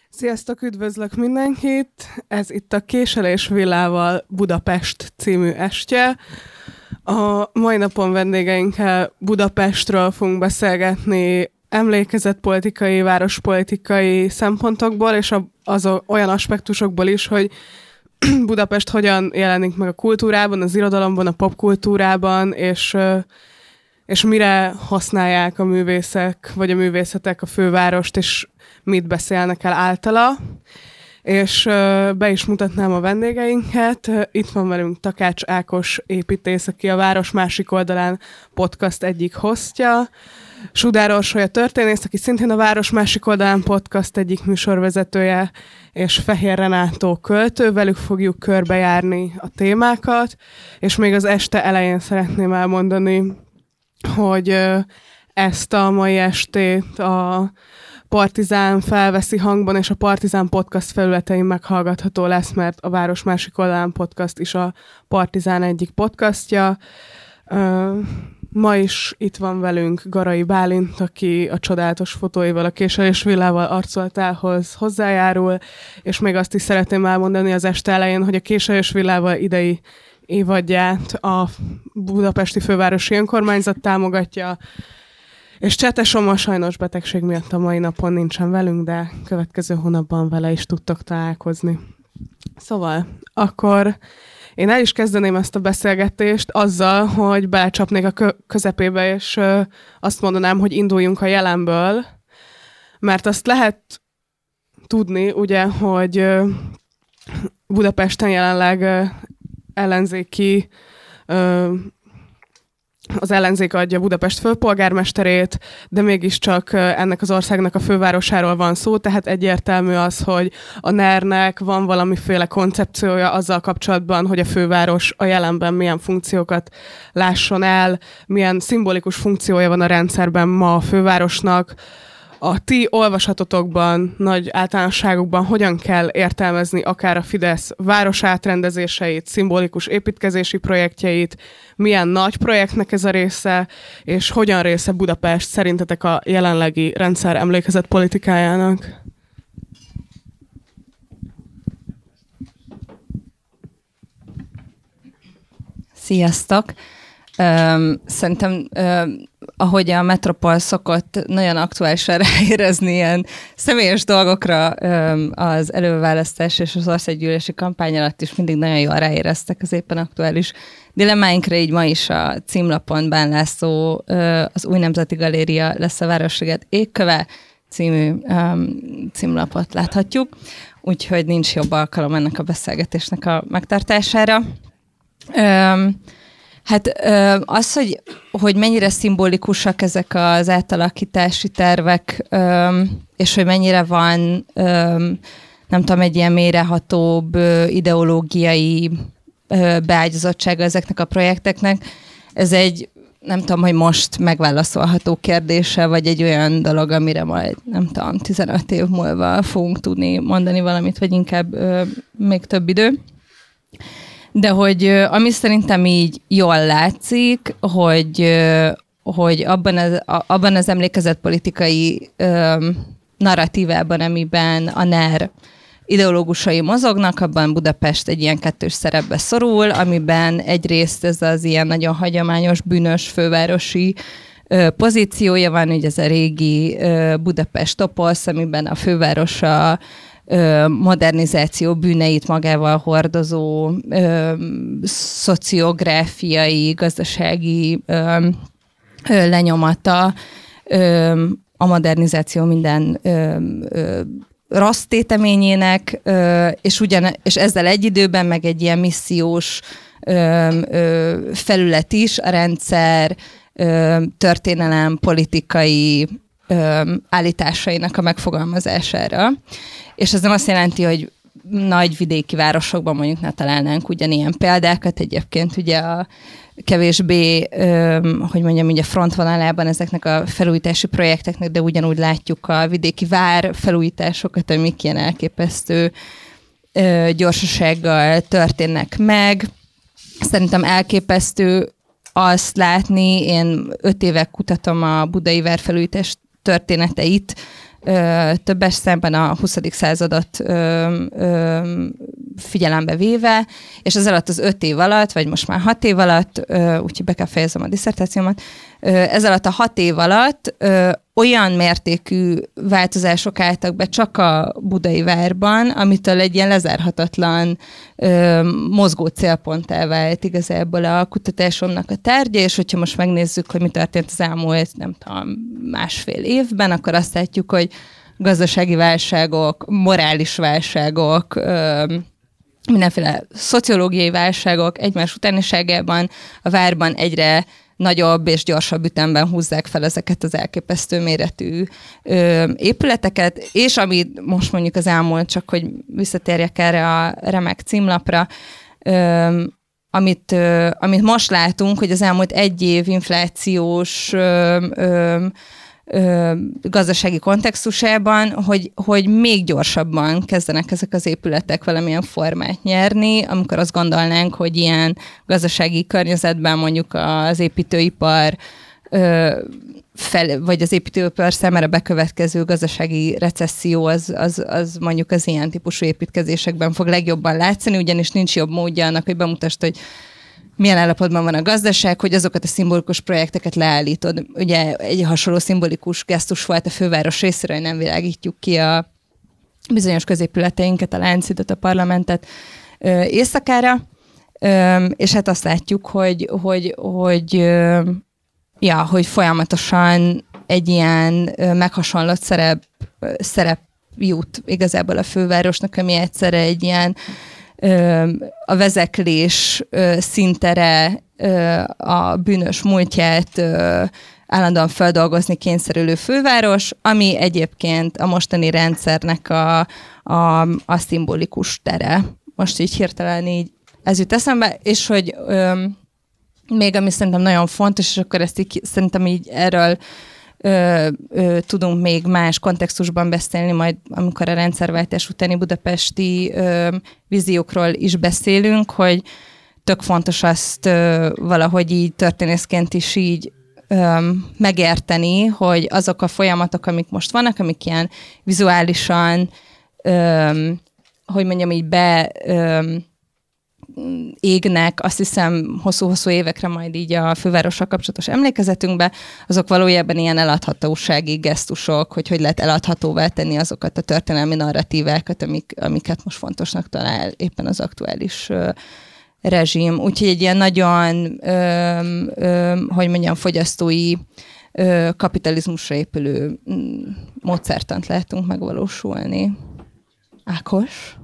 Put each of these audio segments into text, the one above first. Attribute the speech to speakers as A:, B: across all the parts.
A: Sziasztok, üdvözlök mindenkit! Ez itt a Késelés Villával Budapest című estje. A mai napon vendégeinkkel Budapestről fogunk beszélgetni emlékezetpolitikai, várospolitikai szempontokból, és olyan aspektusokból is, hogy Budapest hogyan jelenik meg a kultúrában, az irodalomban, a popkultúrában, és mire használják a művészek, vagy a művészetek a fővárost, és mit beszélnek el általa. És be is mutatnám a vendégeinket. Itt van velünk Takács Ákos építész, aki a Város másik oldalán podcast egyik hostja. Sudár Orsolya történész, aki szintén a Város másik oldalán podcast egyik műsorvezetője, és Fehér Renátó költő. Velük fogjuk körbejárni a témákat, és még az este elején szeretném elmondani, hogy ezt a mai estét a Partizán felveszi hangban, és a Partizán podcast felületein meghallgatható lesz, mert a Város másik oldalán podcast is a Partizán egyik podcastja. Ma is itt van velünk Garai Bálint, aki a csodálatos fotóival, a Késelés Villával arcolatához hozzájárul, és még azt is szeretném elmondani az este elején, hogy a Késelés Villával idei évadját a Budapesti Fővárosi Önkormányzat támogatja, és Csetesoma sajnos betegség miatt a mai napon nincsen velünk, de következő hónapban vele is tudtok találkozni. Szóval, akkor én el is kezdeném ezt a beszélgetést azzal, hogy belecsapnék a közepébe, és azt mondanám, hogy induljunk a jelenből, mert azt lehet tudni, ugye, hogy Budapesten jelenleg ellenzéki az ellenzék adja Budapest főpolgármesterét, de mégiscsak ennek az országnak a fővárosáról van szó, tehát egyértelmű az, hogy a NER-nek van valamiféle koncepciója azzal kapcsolatban, hogy a főváros a jelenben milyen funkciókat lásson el, milyen szimbolikus funkciója van a rendszerben ma a fővárosnak. A ti olvasatotokban, nagy általánosságokban hogyan kell értelmezni akár a Fidesz városátrendezéseit, szimbolikus építkezési projektjeit, milyen nagy projektnek ez a része, és hogyan része Budapest szerintetek a jelenlegi rendszer emlékezet politikájának?
B: Sziasztok! Szerintem, ahogy a Metropol szokott nagyon aktuálisan ráérezni ilyen személyes dolgokra, az előválasztás és az országgyűlési kampány alatt is mindig nagyon jól ráéreztek az éppen aktuális dilemmáinkra, így ma is a címlapon Bán László, az Új Nemzeti Galéria lesz a Városliget égköve című címlapot láthatjuk, úgyhogy nincs jobb alkalom ennek a beszélgetésnek a megtartására. Hát az, hogy mennyire szimbolikusak ezek az átalakítási tervek, és hogy mennyire van, nem tudom, egy ilyen mélyrehatóbb ideológiai beágyazottsága ezeknek a projekteknek, ez egy, nem tudom, hogy most megválaszolható kérdése, vagy egy olyan dolog, amire majd, nem tudom, 15 év múlva fogunk tudni mondani valamit, vagy inkább még több idő. De hogy ami szerintem így jól látszik, hogy abban az emlékezetpolitikai narratívában, amiben a NER ideológusai mozognak, abban Budapest egy ilyen kettős szerepbe szorul, amiben egyrészt ez az ilyen nagyon hagyományos, bűnös fővárosi pozíciója van, ugye ez a régi Budapest toposz, amiben a főváros a modernizáció bűneit magával hordozó szociográfiai, gazdasági lenyomata, a modernizáció minden rossz téteményének, és ezzel egy időben meg egy ilyen missziós felület is, a rendszer történelem politikai állításainak a megfogalmazására. És ez nem azt jelenti, hogy nagy vidéki városokban mondjuk ne találnánk ugyanilyen példákat, egyébként ugye a kevésbé, hogy mondjam, ugye frontvonalában ezeknek a felújítási projekteknek, de ugyanúgy látjuk a vidéki vár felújításokat, amik ilyen elképesztő gyorsasággal történnek meg. Szerintem elképesztő azt látni, én 5 éve kutatom a budai várfelújítás történeteit, többes számban a 20. századot figyelembe véve, és ez alatt az 5 év alatt, vagy most már 6 év alatt, úgyhogy be kell fejezem a disszertációmat, ez alatt a 6 év alatt olyan mértékű változások álltak be csak a budai várban, amitől egy ilyen lezárhatatlan mozgó célponttá vált igazából a kutatásomnak a tárgya, és hogyha most megnézzük, hogy mi történt az elmúlt, nem tudom, másfél évben, akkor azt látjuk, hogy gazdasági válságok, morális válságok, mindenféle szociológiai válságok egymás utániságában a várban egyre nagyobb és gyorsabb ütemben húzzák fel ezeket az elképesztő méretű épületeket, és amit most mondjuk az elmúlt, csak hogy visszatérjek erre a remek címlapra, amit most látunk, hogy az elmúlt 1 év inflációs gazdasági kontextusában, hogy még gyorsabban kezdenek ezek az épületek valamilyen formát nyerni, amikor azt gondolnánk, hogy ilyen gazdasági környezetben mondjuk az építőipar vagy az építőipar számára bekövetkező gazdasági recesszió az mondjuk az ilyen típusú építkezésekben fog legjobban látszani, ugyanis nincs jobb módja annak, hogy bemutasd, hogy milyen állapotban van a gazdaság, hogy azokat a szimbolikus projekteket leállítod. Ugye egy hasonló szimbolikus gesztus volt a főváros részéről, hogy nem világítjuk ki a bizonyos középületeinket, a Láncidat, a parlamentet éjszakára, és hát azt látjuk, hogy folyamatosan egy ilyen meghasonlott szerep jut igazából a fővárosnak, ami egyszerre egy ilyen a vezeklés szintere, a bűnös múltját állandóan feldolgozni kényszerülő főváros, ami egyébként a mostani rendszernek a szimbolikus tere. Most így hirtelen így ez jut eszembe, és hogy még ami szerintem nagyon fontos, és akkor ezt így, szerintem így erről tudunk még más kontextusban beszélni, majd amikor a rendszerváltás utáni budapesti víziókról is beszélünk, hogy tök fontos azt valahogy így történészként is így megérteni, hogy azok a folyamatok, amik most vannak, amik ilyen vizuálisan, hogy mondjam így égnek, azt hiszem hosszú-hosszú évekre majd így a fővárossal kapcsolatos emlékezetünkbe, azok valójában ilyen eladhatósági gesztusok, hogy lehet eladhatóvá tenni azokat a történelmi narratívákat, amiket most fontosnak talál éppen az aktuális rezsim. Úgyhogy egy ilyen nagyon, hogy mondjam, fogyasztói kapitalizmusra épülő módszertant látunk megvalósulni. Ákos?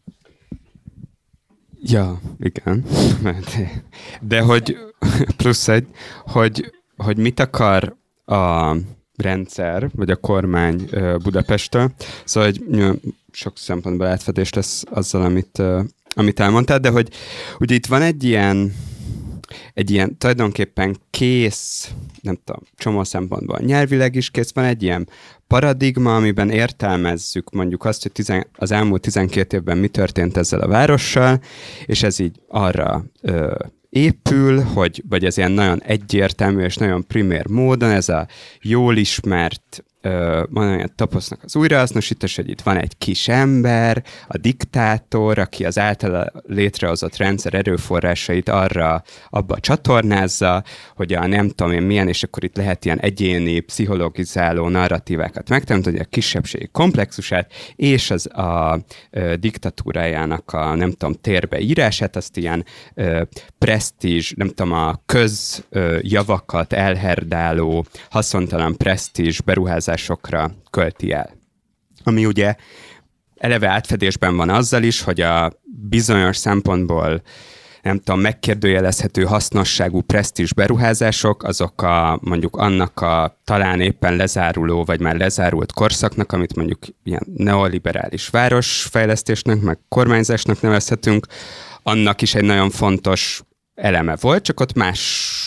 C: Ja, igen. De hogy plusz egy, hogy mit akar a rendszer, vagy a kormány Budapesttől. Szóval hogy sok szempontból átfedés lesz azzal, amit elmondtál, de hogy ugye itt van egy ilyen tulajdonképpen kész, nem tudom, csomó szempontból nyelvileg is kész, van egy ilyen paradigma, amiben értelmezzük mondjuk azt, hogy az elmúlt 12 évben mi történt ezzel a várossal, és ez így arra épül, vagy ez ilyen nagyon egyértelmű és nagyon primér módon, ez a jól ismert olyan taposznak az újrahasznosítás, hogy itt van egy kis ember, a diktátor, aki az általa létrehozott rendszer erőforrásait abba csatornázza, hogy a nem tudom én milyen, és akkor itt lehet ilyen egyéni, pszichologizáló narratívákat megteremteni, hogy a kisebbségi komplexusát, és az a diktatúrájának a nem tudom, térbe írását, azt ilyen presztízs, nem tudom, a közjavakat elherdáló, haszontalan presztízs beruházásokra költi el. Ami ugye eleve átfedésben van azzal is, hogy a bizonyos szempontból nem tudom, megkérdőjelezhető hasznosságú presztízs beruházások, azok mondjuk annak a talán éppen lezáruló, vagy már lezárult korszaknak, amit mondjuk ilyen neoliberális városfejlesztésnek, meg kormányzásnak nevezhetünk, annak is egy nagyon fontos eleme volt, csak ott más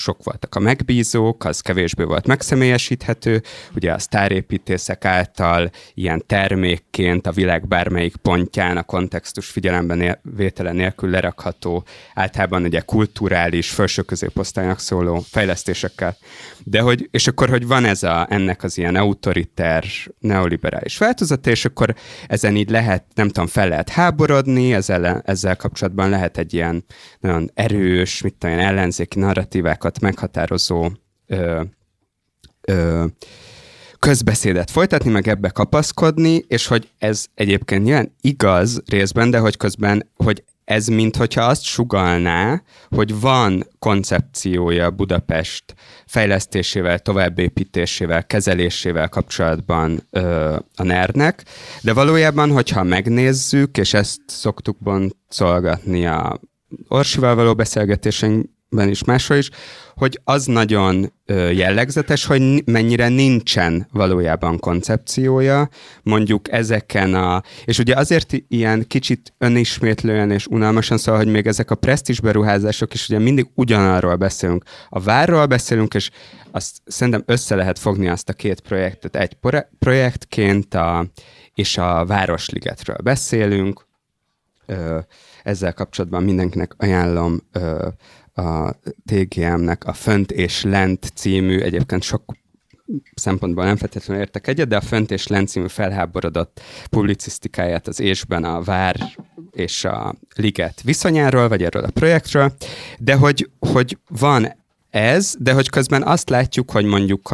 C: sok voltak a megbízók, az kevésbé volt megszemélyesíthető, ugye a sztárépítészek által ilyen termékként a világ bármelyik pontján a kontextus figyelemben vétele nélkül lerakható, általában ugye kulturális, felső középosztálynak szóló fejlesztésekkel. De hogy, és akkor, hogy van ennek az ilyen autoriter, neoliberális változata, és akkor ezen így lehet, nem tudom, fel lehet háborodni, ezzel kapcsolatban lehet egy ilyen nagyon erős, ellenzéki narratívákat meghatározó közbeszédet folytatni, meg ebbe kapaszkodni, és hogy ez egyébként nyilván igaz részben, de hogy közben, hogy ez minthogyha azt sugallná, hogy van koncepciója Budapest fejlesztésével, továbbépítésével, kezelésével kapcsolatban a NER-nek, de valójában, hogyha megnézzük, és ezt szoktuk boncolgatni a Orsival való beszélgetésünkben is, máshol is, hogy az nagyon jellegzetes, hogy mennyire nincsen valójában koncepciója, mondjuk ezeken és ugye azért ilyen kicsit önismétlően és unalmasan szól, hogy még ezek a presztízs beruházások is ugye mindig ugyanarról beszélünk. A várról beszélünk, és azt szerintem össze lehet fogni azt a két projektet egy projektként, és a Városligetről beszélünk. Ezzel kapcsolatban mindenkinek ajánlom a TGM-nek a Fönt és Lent című, egyébként sok szempontból nem feltétlenül értek egyet, de a Fönt és Lent című felháborodott publicisztikáját az ésben a Vár és a Liget viszonyáról, vagy erről a projektről, de hogy van ez, de hogy közben azt látjuk, hogy mondjuk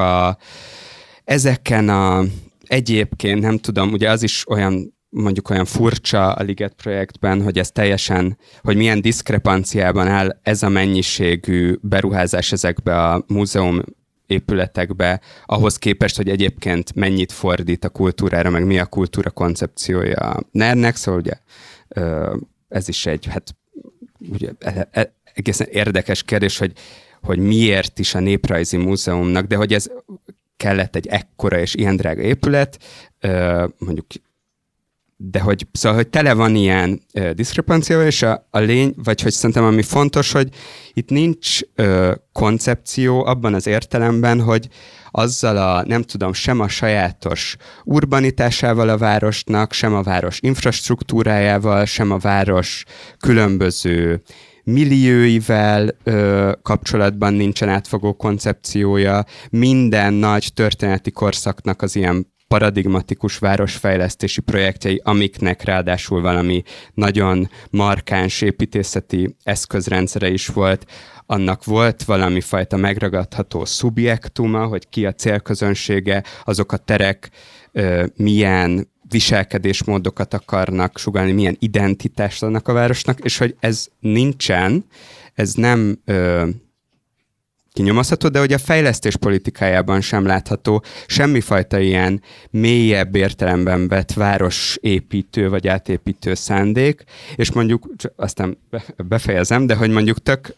C: ezeken egyébként, nem tudom, ugye az is olyan furcsa a Liget projektben, hogy ez teljesen, hogy milyen diszkrepanciában áll ez a mennyiségű beruházás ezekbe a múzeum épületekbe, ahhoz képest, hogy egyébként mennyit fordít a kultúrára, meg mi a kultúra koncepciója a NER-nek, szóval ugye ez is egy, ugye, egészen érdekes kérdés, hogy miért is a Néprajzi Múzeumnak, de hogy ez kellett egy ekkora és ilyen drága épület, mondjuk de hogy tele van ilyen diszkrepancia, és a lény, vagy hogy szerintem ami fontos, hogy itt nincs koncepció abban az értelemben, hogy azzal nem tudom, sem a sajátos urbanitásával a városnak, sem a város infrastruktúrájával, sem a város különböző millióivel kapcsolatban nincsen átfogó koncepciója. Minden nagy történeti korszaknak az ilyen paradigmatikus városfejlesztési projektjei, amiknek ráadásul valami nagyon markáns építészeti eszközrendszere is volt, annak volt valami fajta megragadható szubjektuma, hogy ki a célközönsége, azok a terek milyen viselkedésmódokat akarnak sugallni, milyen identitást adnak a városnak, és hogy ez nincsen, ez nem kinyomozható, de hogy a fejlesztés politikájában sem látható semmifajta ilyen mélyebb értelemben vett városépítő vagy átépítő szándék, és mondjuk, aztán befejezem, de hogy mondjuk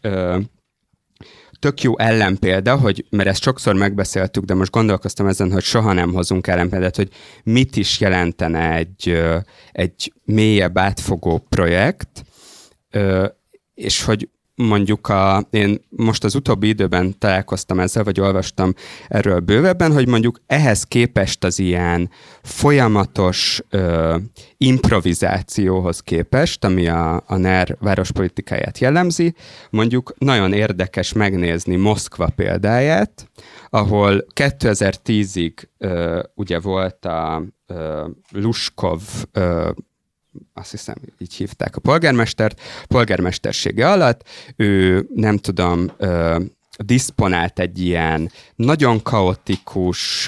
C: tök jó ellenpélda, mert ezt sokszor megbeszéltük, de most gondolkoztam ezen, hogy soha nem hozunk ellenpéldát, hogy mit is jelentene egy mélyebb átfogó projekt, és hogy mondjuk én most az utóbbi időben találkoztam ezzel, vagy olvastam erről bővebben, hogy mondjuk ehhez képest az ilyen folyamatos improvizációhoz képest, ami a NER várospolitikáját jellemzi, mondjuk nagyon érdekes megnézni Moszkva példáját, ahol 2010-ig ugye volt a Luskov, azt hiszem, így hívták a polgármestert, polgármestersége alatt ő, nem tudom, diszponált egy ilyen nagyon kaotikus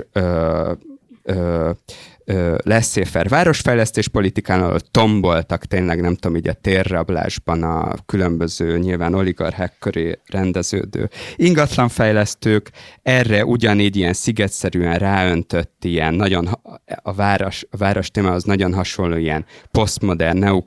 C: laissez-faire városfejlesztés politikán, ahol tomboltak tényleg, nem tudom, így a térrablásban a különböző, nyilván oligarchák köré rendeződő ingatlanfejlesztők, erre ugyanígy ilyen szigetszerűen ráöntött ilyen nagyon, a város témához nagyon hasonló ilyen posztmodern,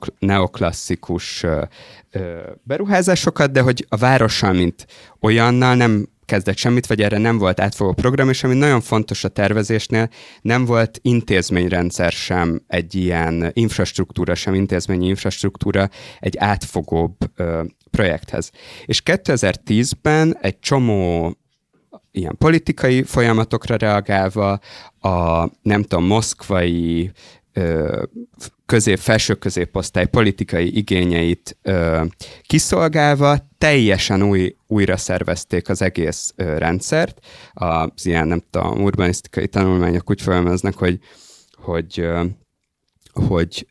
C: neoklasszikus beruházásokat, de hogy a várossal, mint olyannal nem kezdett semmit, vagy erre nem volt átfogó program, és ami nagyon fontos a tervezésnél, nem volt intézményrendszer sem, egy ilyen infrastruktúra sem, intézményi infrastruktúra egy átfogóbb projekthez. És 2010-ben egy csomó ilyen politikai folyamatokra reagálva, moszkvai felső középosztály politikai igényeit kiszolgálva teljesen újra szervezték az egész rendszert. Az ilyen, urbanisztikai tanulmányok úgy fogalmaznak, hogy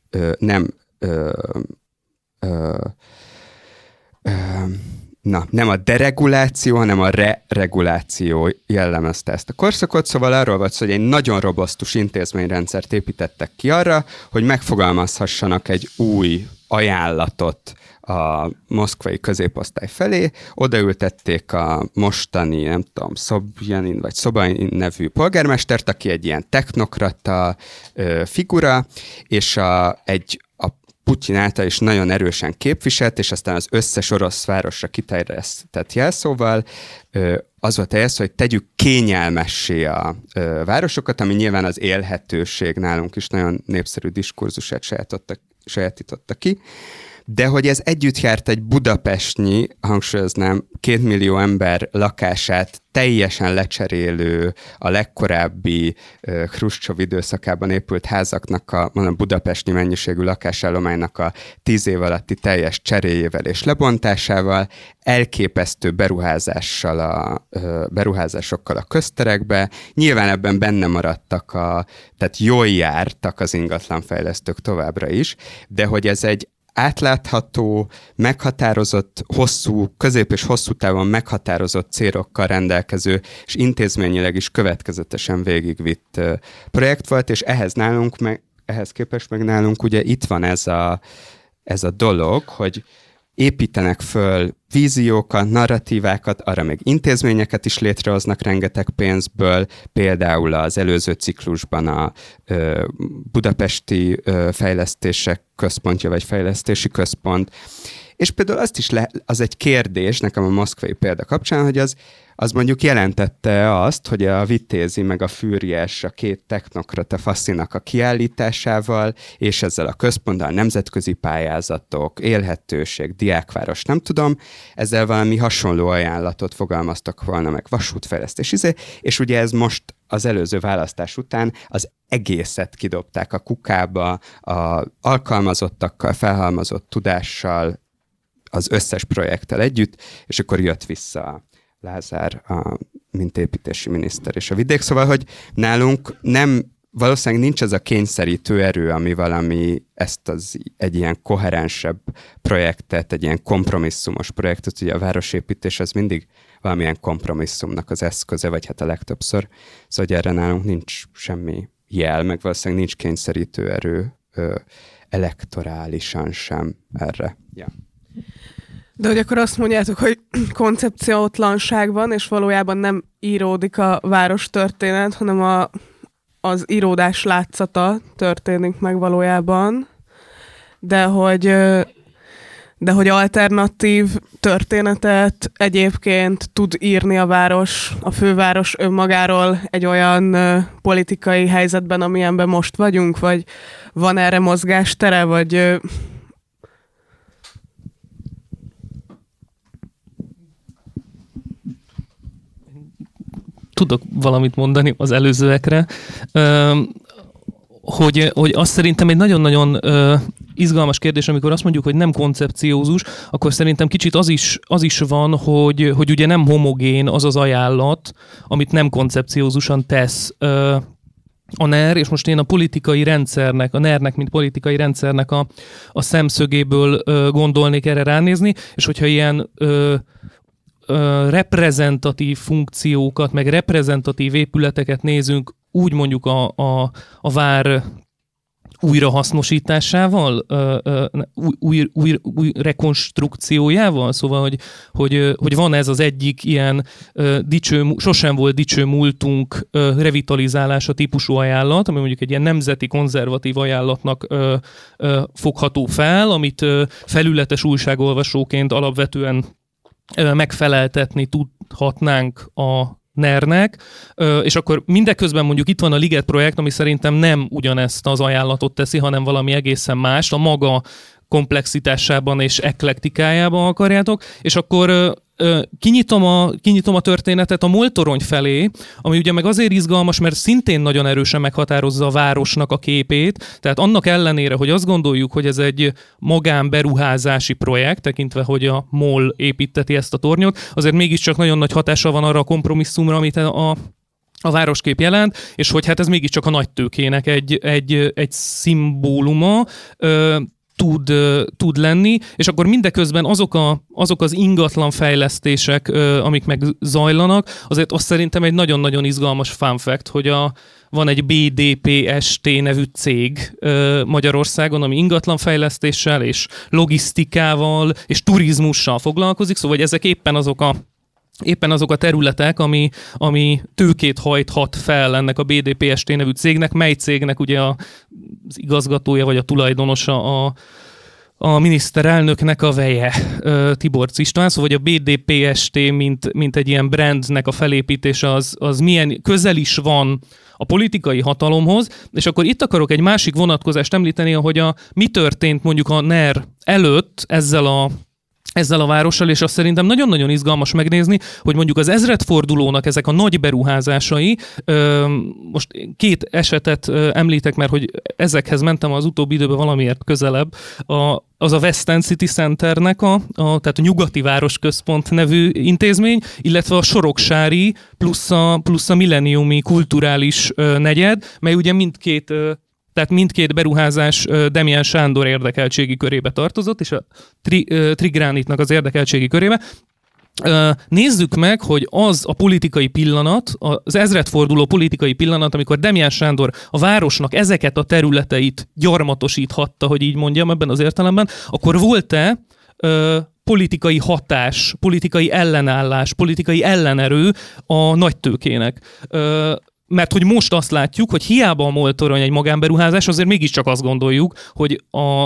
C: nem a dereguláció, hanem a re-reguláció jellemezte ezt a korszakot, szóval arról volt szó, hogy egy nagyon robosztus intézményrendszert építettek ki arra, hogy megfogalmazhassanak egy új ajánlatot a moszkvai középosztály felé, odaültették a mostani, Szobjanin vagy Szobanin nevű polgármestert, aki egy ilyen technokrata figura, és a Putyin által is nagyon erősen képviselt, és aztán az összes orosz városra kiterjesztett jelszóval az volt a jelszó, hogy tegyük kényelmessé a városokat, ami nyilván az élhetőség nálunk is nagyon népszerű diskurzusát sajátította ki, de hogy ez együtt járt egy budapestnyi, hangsúlyoznám, 2 millió ember lakását teljesen lecserélő, a legkorábbi Hruscsov időszakában épült házaknak a budapesti mennyiségű lakásállománynak a 10 év alatti teljes cseréjével és lebontásával, elképesztő beruházásokkal a közterekbe. Nyilván ebben benne maradtak, tehát jól jártak az ingatlanfejlesztők továbbra is, de hogy ez egy átlátható, meghatározott, közép- és hosszú távon meghatározott célokkal rendelkező, és intézményileg is következetesen végigvitt projekt volt, és ehhez képest meg nálunk ugye itt van ez a dolog, hogy építenek föl víziókat, narratívákat, arra még intézményeket is létrehoznak rengeteg pénzből, például az előző ciklusban a budapesti fejlesztések központja, vagy fejlesztési központ. És például azt is az egy kérdés nekem a moszkvai példa kapcsán, hogy az mondjuk jelentette azt, hogy a Vitézi meg a Füriyes, a két technokrata faszinak a kiállításával, és ezzel a központtal nemzetközi pályázatok, élhetőség, diákváros, nem tudom, ezzel valami hasonló ajánlatot fogalmaztak volna meg, vasútfejlesztés, és ugye ez most az előző választás után az egészet kidobták a kukába, a alkalmazottakkal, felhalmozott tudással, az összes projekttel együtt, és akkor jött vissza Lázár, mint építési miniszter és a vidék. Szóval, hogy nálunk valószínűleg nincs ez a kényszerítő erő, ami valami egy ilyen koherensebb projektet, egy ilyen kompromisszumos projektet, ugye a városépítés az mindig valamilyen kompromisszumnak az eszköze, vagy hát a legtöbbször. Szóval, hogy erre nálunk nincs semmi jel, meg valószínűleg nincs kényszerítő erő elektorálisan sem erre. Ja.
A: De hogy akkor azt mondjátok, hogy koncepciótlanság van, és valójában nem íródik a várostörténet, hanem az íródás látszata történik meg valójában, de hogy alternatív történetet egyébként tud írni a főváros önmagáról egy olyan politikai helyzetben, amilyenben most vagyunk, vagy van erre mozgástere, vagy...
D: Tudok valamit mondani az előzőekre, hogy azt szerintem egy nagyon-nagyon izgalmas kérdés, amikor azt mondjuk, hogy nem koncepciózus, akkor szerintem kicsit az is van, hogy ugye nem homogén az az ajánlat, amit nem koncepciózusan tesz a NER, és most én a politikai rendszernek, a NER-nek, mint politikai rendszernek a szemszögéből gondolnék erre ránézni, és hogyha ilyen reprezentatív funkciókat, meg reprezentatív épületeket nézünk, úgy mondjuk a vár újrahasznosításával, új rekonstrukciójával, szóval, hogy van ez az egyik ilyen sosem volt dicső múltunk revitalizálása típusú ajánlat, ami mondjuk egy ilyen nemzeti konzervatív ajánlatnak fogható fel, amit felületes újságolvasóként alapvetően megfeleltetni tudhatnánk a NER-nek, és akkor mindeközben mondjuk itt van a Liget projekt, ami szerintem nem ugyanezt az ajánlatot teszi, hanem valami egészen más, a maga komplexitásában és eklektikájában akarjátok, és akkor kinyitom a történetet a Moltorony felé, ami ugye meg azért izgalmas, mert szintén nagyon erősen meghatározza a városnak a képét, tehát annak ellenére, hogy azt gondoljuk, hogy ez egy magánberuházási projekt, tekintve, hogy a MOL építeti ezt a tornyot, azért mégiscsak nagyon nagy hatása van arra a kompromisszumra, amit a városkép jelent, és hogy hát ez mégiscsak a nagytőkének egy szimbóluma, tud lenni, és akkor mindeközben azok az ingatlan fejlesztések, amik meg zajlanak, azért azt szerintem egy nagyon-nagyon izgalmas fun fact, hogy van egy BDPST nevű cég Magyarországon, ami ingatlanfejlesztéssel és logisztikával és turizmussal foglalkozik, szóval ezek éppen azok a területek, ami tőkét hajthat fel ennek a BDPST nevű cégnek, mely cégnek ugye az igazgatója vagy a tulajdonosa a miniszterelnöknek a veje, Tiborcs István, szóval a BDPST, mint egy ilyen brandnek a felépítése, az milyen közel is van a politikai hatalomhoz, és akkor itt akarok egy másik vonatkozást említeni, hogy mi történt mondjuk a NER előtt ezzel a várossal, és azt szerintem nagyon-nagyon izgalmas megnézni, hogy mondjuk az ezredfordulónak ezek a nagy beruházásai, most két esetet említek, mert hogy ezekhez mentem az utóbbi időben valamiért közelebb, az a West End City Centernek, tehát a Nyugati Városközpont nevű intézmény, illetve a Soroksári plusz a Millenniumi kulturális negyed, mely ugye mindkét beruházás Demján Sándor érdekeltségi körébe tartozott, és a Trigránitnak az érdekeltségi körébe. Nézzük meg, hogy az a politikai pillanat, az ezredforduló politikai pillanat, amikor Demján Sándor a városnak ezeket a területeit gyarmatosíthatta, hogy így mondjam ebben az értelemben, akkor volt-e politikai hatás, politikai ellenállás, politikai ellenerő a nagytőkének? Mert hogy most azt látjuk, hogy hiába a Moltorony egy magánberuházás, azért mégiscsak azt gondoljuk, hogy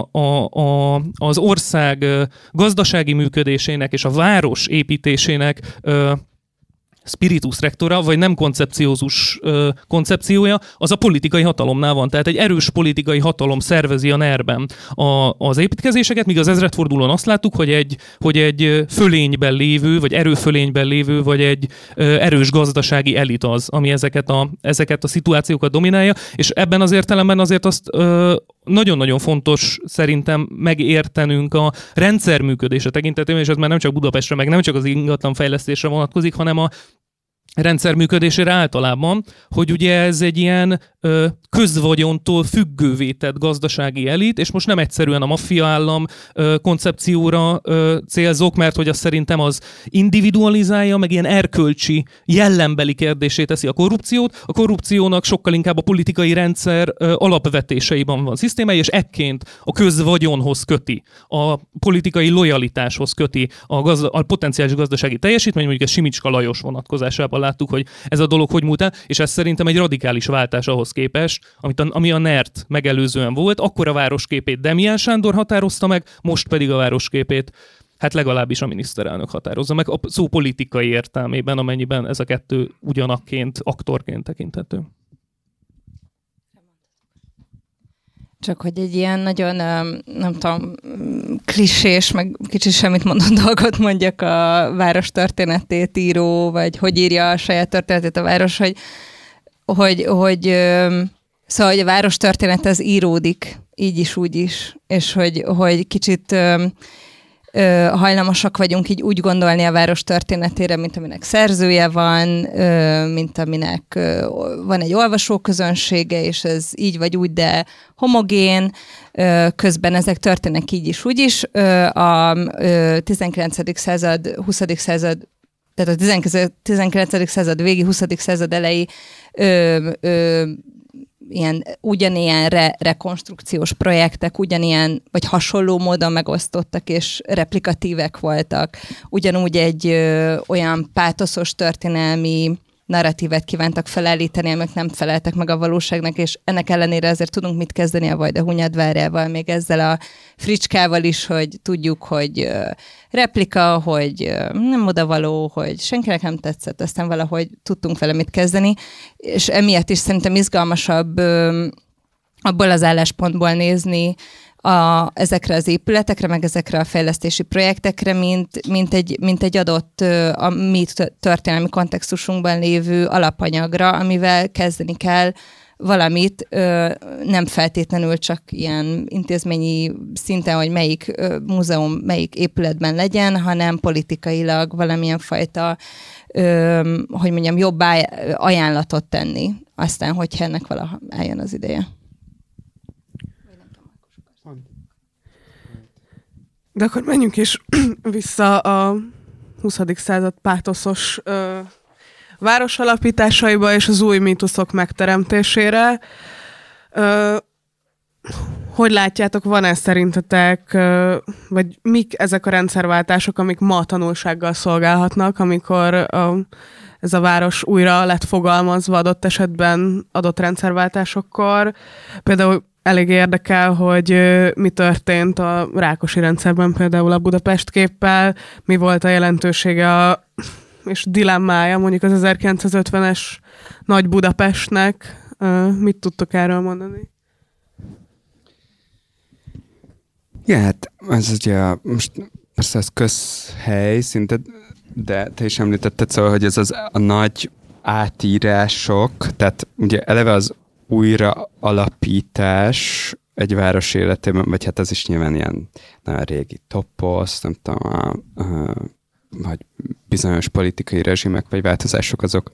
D: az ország gazdasági működésének és a város építésének spiritus rectora, vagy nem koncepciózus koncepciója, az a politikai hatalomnál van. Tehát egy erős politikai hatalom szervezi a NER-ben az építkezéseket, míg az ezredfordulón azt láttuk, hogy egy fölényben lévő, vagy erőfölényben lévő, vagy egy erős gazdasági elit az, ami ezeket a szituációkat dominálja, és ebben az értelemben azért azt nagyon-nagyon fontos szerintem megértenünk a rendszer működése tekintetében, és ez már nem csak Budapestre, meg nem csak az ingatlanfejlesztésre vonatkozik, hanem a rendszer működésére általában, hogy ugye ez egy ilyen közvagyontól függővé tett gazdasági elit, és most nem egyszerűen a maffia állam koncepcióra célzok, mert hogy azt szerintem az individualizálja, meg ilyen erkölcsi, jellembeli kérdésé teszi a korrupciót. A korrupciónak sokkal inkább a politikai rendszer alapvetéseiben van szisztémája, és ekként a közvagyonhoz köti, a politikai lojalitáshoz köti a potenciális gazdasági teljesítmény, mondjuk a Simicska Lajos vonatkozásában láttuk, hogy ez a dolog hogy múlt el, és ez szerintem egy radikális váltás ahhoz képest, ami a NER-t megelőzően volt, akkor a városképét Demján Sándor határozta meg, most pedig a városképét hát legalábbis a miniszterelnök határozza meg a szó politikai értelmében, amennyiben ez a kettő ugyanakként, aktorként tekinthető.
B: Csak hogy egy ilyen nagyon, nem tudom, klisés, meg kicsit semmit mondó dolgot mondjak a város történetét író, vagy hogy írja a saját történetét a város, hogy szóval hogy a város történet az íródik, így is, úgy is, és hogy kicsit hajlamosak vagyunk így úgy gondolni a város történetére, mint aminek szerzője van, mint aminek van egy olvasóközönsége, és ez így vagy úgy, de homogén, közben ezek történnek így is, úgy is. A 19. század, 20. század, tehát a 19. század végi, 20. század elejé ugyanilyen rekonstrukciós projektek, ugyanilyen, vagy hasonló módon megosztottak és replikatívek voltak. Ugyanúgy egy olyan pátoszos történelmi narratívet kívántak felállítani, amik nem feleltek meg a valóságnak, és ennek ellenére azért tudunk mit kezdeni a Vajda Hunyadvárjával, még ezzel a fricskával is, hogy tudjuk, hogy replika, hogy nem odavaló, hogy senkinek nem tetszett, aztán valahogy tudtunk vele mit kezdeni, és emiatt is szerintem izgalmasabb abból az álláspontból nézni ezekre az épületekre, meg ezekre a fejlesztési projektekre, mint egy adott a mi történelmi kontextusunkban lévő alapanyagra, amivel kezdeni kell valamit, nem feltétlenül csak ilyen intézményi szinten, hogy melyik múzeum, melyik épületben legyen, hanem politikailag valamilyen fajta, hogy mondjam, jobb ajánlatot tenni, aztán, hogyha ennek valaha eljön az ideje.
A: De akkor menjünk is vissza a 20. század pátoszos városalapításaiba és az új mítoszok megteremtésére. Hogy látjátok, van-e szerintetek, vagy mik ezek a rendszerváltások, amik ma tanulsággal szolgálhatnak, amikor ez a város újra lett fogalmazva adott esetben adott rendszerváltásokkor? Például elég érdekel, hogy mi történt a Rákosi rendszerben például a Budapest képpel, mi volt a jelentősége és dilemmája mondjuk az 1950-es Nagy Budapestnek. Mit tudtok erről mondani?
C: Ja, hát ez ugye most persze az közhely szinte, de te is említetted, szóval, hogy ez a nagy átírások, tehát ugye eleve az újra alapítás egy város életében, vagy hát ez is nyilván ilyen nagyon régi toposz, nem tudom, vagy bizonyos politikai rezsimek, vagy változások azok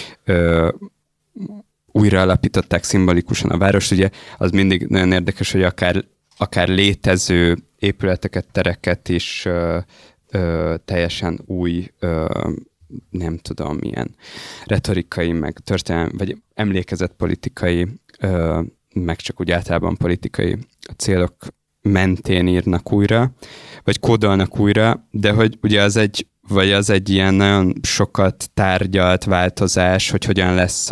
C: újra alapították szimbolikusan a várost. Ugye az mindig nagyon érdekes, hogy akár létező épületeket, tereket is teljesen új nem tudom, milyen retorikai, meg történelmi, vagy emlékezetpolitikai, meg csak úgy általában politikai célok mentén írnak újra, vagy kódolnak újra, de hogy ugye az egy ilyen nagyon sokat tárgyalt változás, hogy hogyan lesz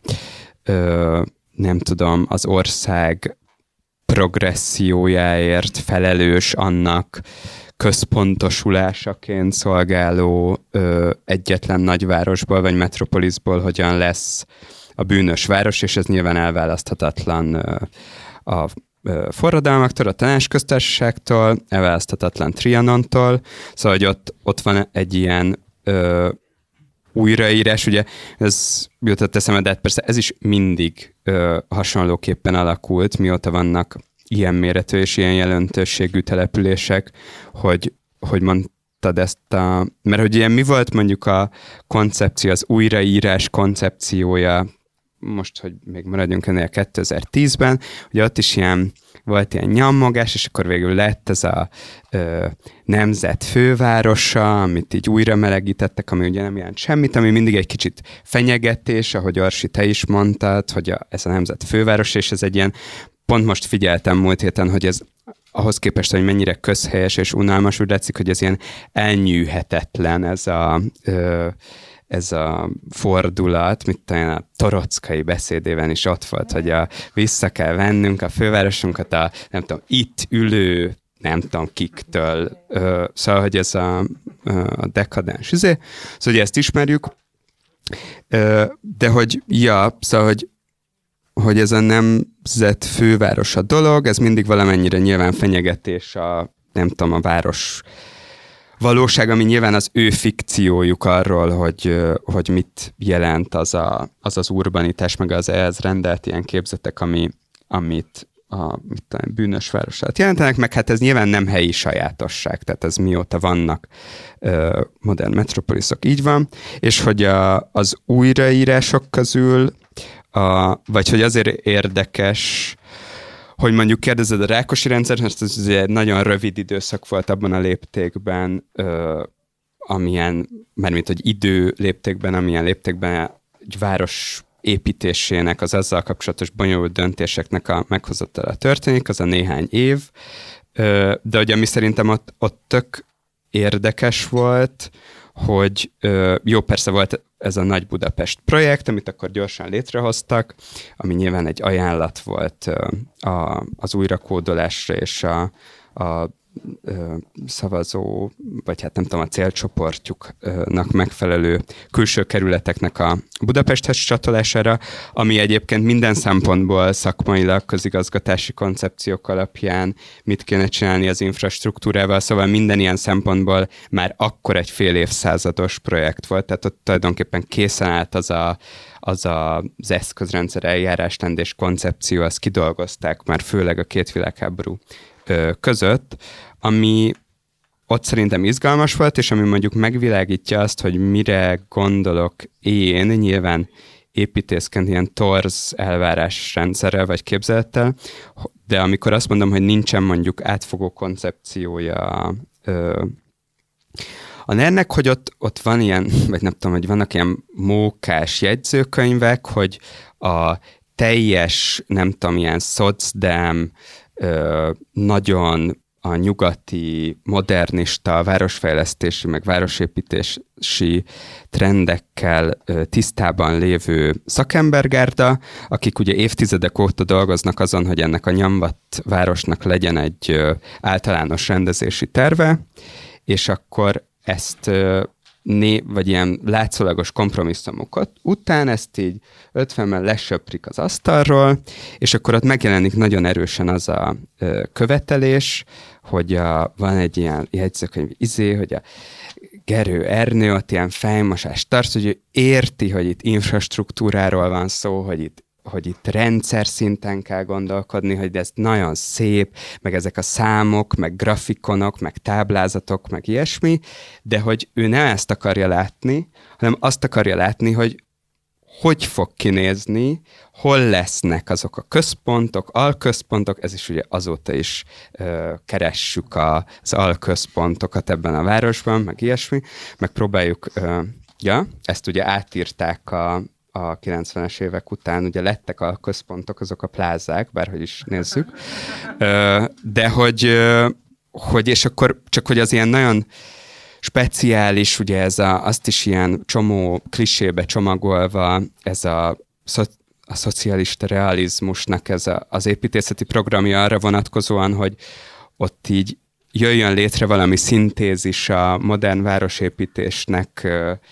C: nem tudom, az ország progressziójáért felelős, annak központosulásaként szolgáló egyetlen nagyvárosból vagy metropoliszból hogyan lesz a bűnös város, és ez nyilván elválaszthatatlan a forradalmaktól, a Tanácsköztársaságtól, elválaszthatatlan Trianontól, szóval hogy ott van egy ilyen újraírás, ugye ez jutott eszembe, de hát persze ez is mindig hasonlóképpen alakult, mióta vannak ilyen méretű és ilyen jelentőségű települések, hogy mondtad ezt mert hogy ilyen mi volt mondjuk a koncepció, az újraírás koncepciója, most, hogy még maradjunk ennél 2010-ben, ugye ott is volt ilyen nyammogás, és akkor végül lett ez a nemzet fővárosa, amit így újra melegítettek, ami ugye nem jelent semmit, ami mindig egy kicsit fenyegetés, ahogy Orsi, te is mondtad, hogy ez a nemzet főváros, és ez egy ilyen, pont most figyeltem múlt héten, hogy ez ahhoz képest, hogy mennyire közhelyes és unalmas, úgy látszik, hogy ez ilyen elnyűhetetlen ez a fordulat, mint talán a Torockai beszédében is ott volt, hogy vissza kell vennünk a fővárosunkat nem tudom, itt ülő, nem tudom kiktől, szóval, hogy ez a dekadens szóval, hogy ezt ismerjük, de hogy, szóval, hogy ez a nemzet főváros a dolog, ez mindig valamennyire nyilván fenyegetés nem tudom, a város valóság, ami nyilván az ő fikciójuk arról, hogy mit jelent az urbanitás, meg az ehhez rendelt ilyen képzetek, amit a bűnös városát jelentenek, meg hát ez nyilván nem helyi sajátosság, tehát ez mióta vannak modern metropoliszok, így van, és hogy az újraírások közül, vagy hogy azért érdekes, hogy mondjuk kérdezed a Rákosi rendszer, mert ez egy nagyon rövid időszak volt abban a léptékben, amilyen, mármint hogy idő léptékben, amilyen léptékben egy város építésének, az azzal kapcsolatos bonyolult döntéseknek a meghozatala történik, az a néhány év, de ugye ami szerintem ott tök érdekes volt, hogy jó, persze ez a Nagy Budapest projekt, amit akkor gyorsan létrehoztak, ami nyilván egy ajánlat volt az újrakódolásra és a szavazó, vagy hát nem tudom, a célcsoportjuknak megfelelő külső kerületeknek a Budapesthez csatolására, ami egyébként minden szempontból szakmailag, közigazgatási koncepciók alapján mit kéne csinálni az infrastruktúrával, szóval minden ilyen szempontból már akkor egy fél évszázados projekt volt, tehát ott tulajdonképpen készen állt az eszközrendszer, eljárásrend és koncepció, azt kidolgozták már főleg a két világháború között, ami ott szerintem izgalmas volt, és ami mondjuk megvilágítja azt, hogy mire gondolok én, nyilván építészként ilyen torz elvárásrendszerrel vagy képzelettel, de amikor azt mondom, hogy nincsen mondjuk átfogó koncepciója a NER-nek, hogy ott van ilyen, vagy nem tudom, hogy vannak ilyen mókás jegyzőkönyvek, hogy a teljes, nem tudom, ilyen szocdem, nagyon a nyugati, modernista, városfejlesztési, meg városépítési trendekkel tisztában lévő szakembergárda, akik ugye évtizedek óta dolgoznak azon, hogy ennek a nyomvat városnak legyen egy általános rendezési terve, és akkor ezt vagy ilyen látszólagos kompromisszumokat után ezt így 50-mel lesöprik az asztalról, és akkor ott megjelenik nagyon erősen az a követelés, hogy van egy ilyen jegyzőkönyv hogy a Gerő Ernő ott ilyen fejmosást tart, hogy ő érti, hogy itt infrastruktúráról van szó, hogy itt rendszer szinten kell gondolkodni, hogy ez nagyon szép, meg ezek a számok, meg grafikonok, meg táblázatok, meg ilyesmi, de hogy ő nem ezt akarja látni, hanem azt akarja látni, hogy fog kinézni, hol lesznek azok a központok, alközpontok, ez is ugye azóta is keressük az alközpontokat ebben a városban, meg ilyesmi, meg próbáljuk, ezt ugye átírták a 90-es évek után, ugye lettek a központok, azok a plázák, bárhogy is nézzük, de hogy és akkor csak hogy az ilyen nagyon speciális, ugye azt is ilyen csomó klisébe csomagolva, ez a szocialista realizmusnak ez az építészeti programja arra vonatkozóan, hogy ott így jöjjön létre valami szintézis a modern városépítésnek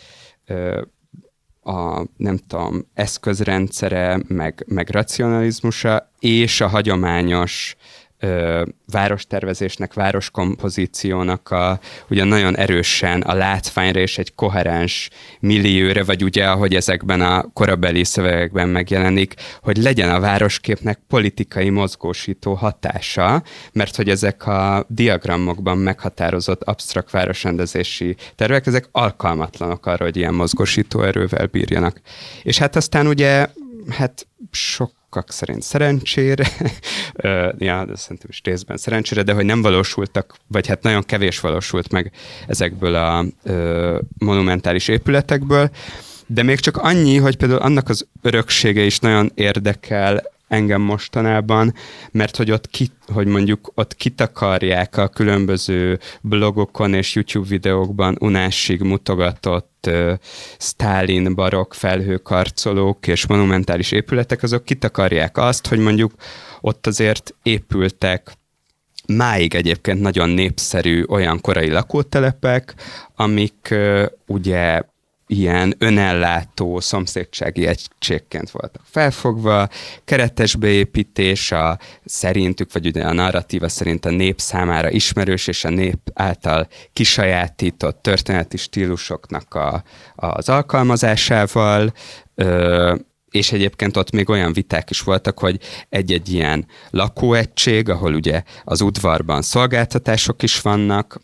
C: nem tudom, eszközrendszere, meg racionalizmusa, és a hagyományos várostervezésnek, városkompozíciónak ugye nagyon erősen a látványra és egy koherens millióra, vagy ugye, ahogy ezekben a korabeli szövegekben megjelenik, hogy legyen a városképnek politikai mozgósító hatása, mert hogy ezek a diagramokban meghatározott absztrakt városrendezési tervek, ezek alkalmatlanok arra, hogy ilyen mozgósító erővel bírjanak. És hát aztán ugye, sokak szerint szerencsére, de szerintem is részben szerencsére, de hogy nem valósultak, vagy hát nagyon kevés valósult meg ezekből a monumentális épületekből, de még csak annyi, hogy például annak az öröksége is nagyon érdekel engem mostanában, mert hogy ott kitakarják a különböző blogokon és YouTube videókban unásig mutogatott Sztálin barokk felhőkarcolók és monumentális épületek, azok kitakarják azt, hogy mondjuk ott azért épültek máig egyébként nagyon népszerű olyan korai lakótelepek, amik ugye ilyen önellátó szomszédsági egységként voltak felfogva, keretes beépítés szerintük, vagy ugye a narratíva szerint a nép számára ismerős és a nép által kisajátított történeti stílusoknak az alkalmazásával, és egyébként ott még olyan viták is voltak, hogy egy-egy ilyen lakóegység, ahol ugye az udvarban szolgáltatások is vannak,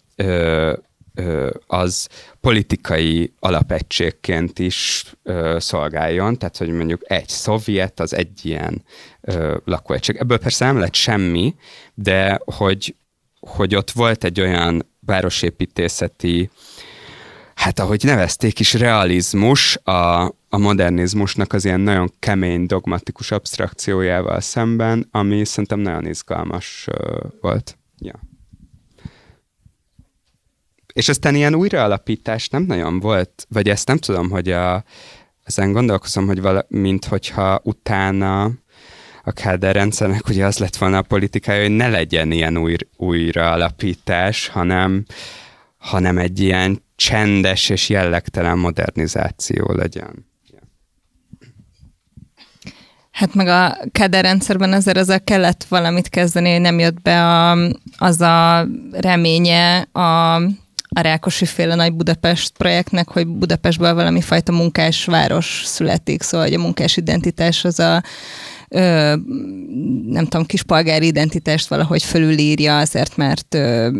C: az politikai alapegységként is szolgáljon, tehát hogy mondjuk egy szovjet, az egy ilyen lakóegység. Ebből persze nem lett semmi, de hogy ott volt egy olyan városépítészeti, ahogy nevezték is, realizmus a modernizmusnak az ilyen nagyon kemény, dogmatikus absztrakciójával szemben, ami szerintem nagyon izgalmas volt. Ja. És aztán ilyen újraalapítás nem nagyon volt, vagy ezt nem tudom, hogy ezen gondolkozom, hogy minthogyha utána a Kádár rendszernek ugye az lett volna a politikája, hogy ne legyen ilyen újraalapítás, hanem egy ilyen csendes és jellegtelen modernizáció legyen.
B: Hát meg a Kádár rendszerben ezzel kellett valamit kezdeni, hogy nem jött be az a reménye a Rákosi-féle Nagy Budapest projektnek, hogy Budapestből valami fajta munkásváros születik, szóval hogy a munkás identitás az nem tudom, kis polgári identitást valahogy fölülírja azért, mert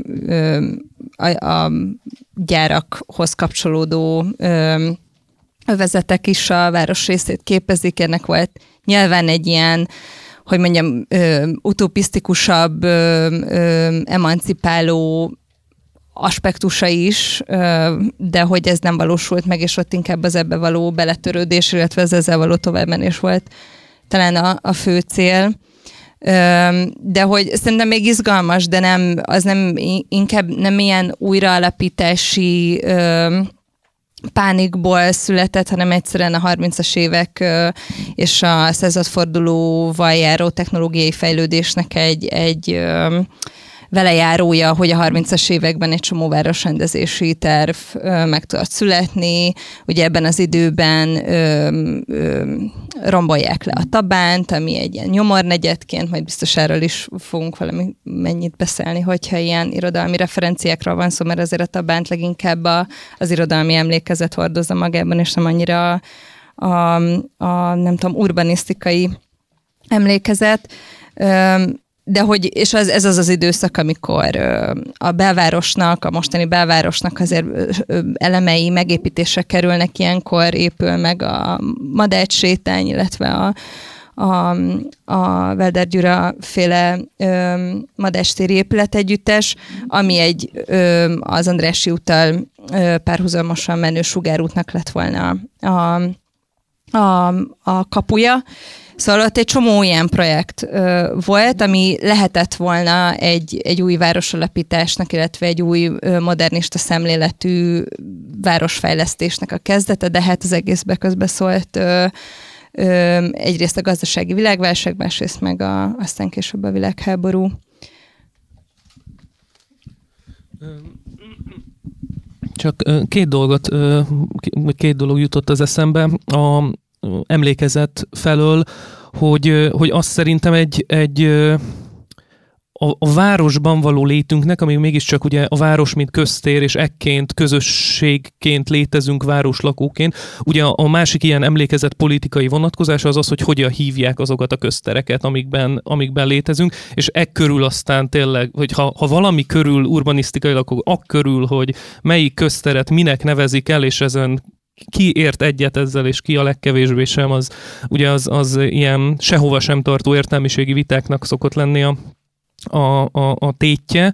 B: a gyárakhoz kapcsolódó övezetek is a város részét képezik. Ennek volt nyilván egy ilyen, hogy mondjam, utopisztikusabb, emancipáló aspektusa is, de hogy ez nem valósult meg, és ott inkább az ebbe való beletörődés, illetve az ezzel való továbbmenés volt talán a fő cél. De hogy szerintem még izgalmas, de inkább nem ilyen újraalapítási pánikból született, hanem egyszerűen a 30-as évek és a századfordulóval járó technológiai fejlődésnek egy velejárója, hogy a 30-as években egy csomó városrendezési terv meg tudott születni. Ugye ebben az időben rombolják le a Tabánt, ami egy ilyen nyomornegyedként, majd biztos erről is fogunk valami mennyit beszélni, hogyha ilyen irodalmi referenciákról van szó, mert azért a Tabánt leginkább az irodalmi emlékezet hordozza magában, és nem annyira a nem tudom, urbanisztikai emlékezet. De hogy, és ez az időszak, amikor a belvárosnak, a mostani belvárosnak azért elemei megépítésre kerülnek, ilyenkor épül meg a Madács sétány, illetve a Welder Gyura féle Madács téri épületegyüttes, ami az Andrássy úttal párhuzamosan menő sugárútnak lett volna a kapuja. Szóval ott egy csomó ilyen projekt volt, ami lehetett volna egy új városalapításnak, illetve egy új modernista szemléletű városfejlesztésnek a kezdete, de hát az egészbe közbeszólt egyrészt a gazdasági világválság, másrészt meg aztán később a világháború.
D: Csak két dolog jutott az eszembe. A emlékezet felől, hogy azt szerintem a városban való létünknek, ami mégiscsak ugye a város, mint köztér, és ekként, közösségként létezünk városlakóként. Ugye a másik ilyen emlékezet politikai vonatkozása az, hogy hogyan hívják azokat a köztereket, amikben létezünk, és körül aztán tényleg, hogy ha valami körül urbanisztikailag, akkor körül, hogy melyik közteret minek nevezik el, és ezen ki ért egyet ezzel, és ki a legkevésbé sem, az ugye az ilyen sehova sem tartó értelmiségi vitáknak szokott lenni a tétje.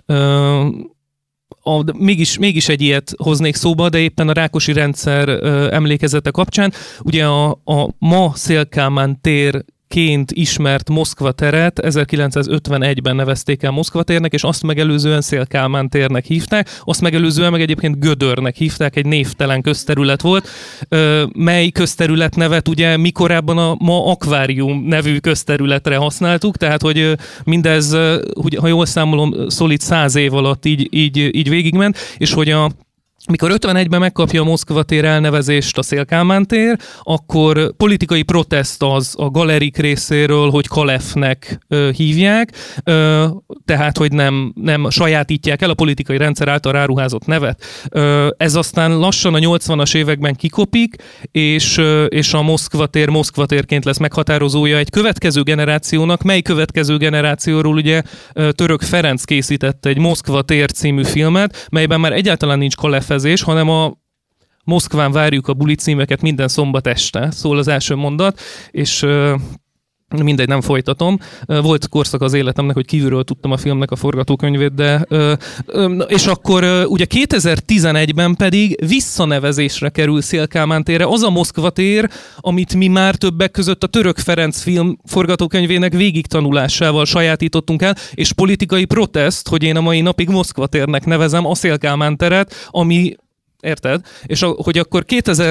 D: Mégis egy ilyet hoznék szóba, de éppen a Rákosi rendszer emlékezete kapcsán. Ugye a ma Széll-Kálmán térként ismert Moszkva teret 1951-ben nevezték el Moszkva térnek, és azt megelőzően Széll-Kálmán térnek hívták, azt megelőzően meg egyébként Gödörnek hívták, egy névtelen közterület volt, mely közterület nevet ugye mi korábban a ma Akvárium nevű közterületre használtuk, tehát hogy mindez, ha jól számolom, szolid 100 év alatt így végigment, és hogy mikor 51-ben megkapja a Moszkva tér elnevezést a Széll-Kálmán tér, akkor politikai protest az a galerik részéről, hogy Kalefnek hívják, tehát, hogy nem sajátítják el a politikai rendszer által ráruházott nevet. Ez aztán lassan a 80-as években kikopik, és a Moszkva térként lesz meghatározója egy következő generációnak, mely következő generációról ugye Török Ferenc készített egy Moszkva tér című filmet, melyben már egyáltalán nincs Kalef, hanem a Moszkván várjuk a buli címeket minden szombat este, szól az első mondat, és mindegy, nem folytatom. Volt korszak az életemnek, hogy kívülről tudtam a filmnek a forgatókönyvét, de és akkor ugye 2011-ben pedig visszanevezésre kerül Széll Kálmán térre az a Moszkva tér, amit mi már többek között a Török Ferenc film forgatókönyvének végigtanulásával sajátítottunk el, és politikai protest, hogy én a mai napig Moszkva térnek nevezem a Széll Kálmán teret, ami érted? És hogy akkor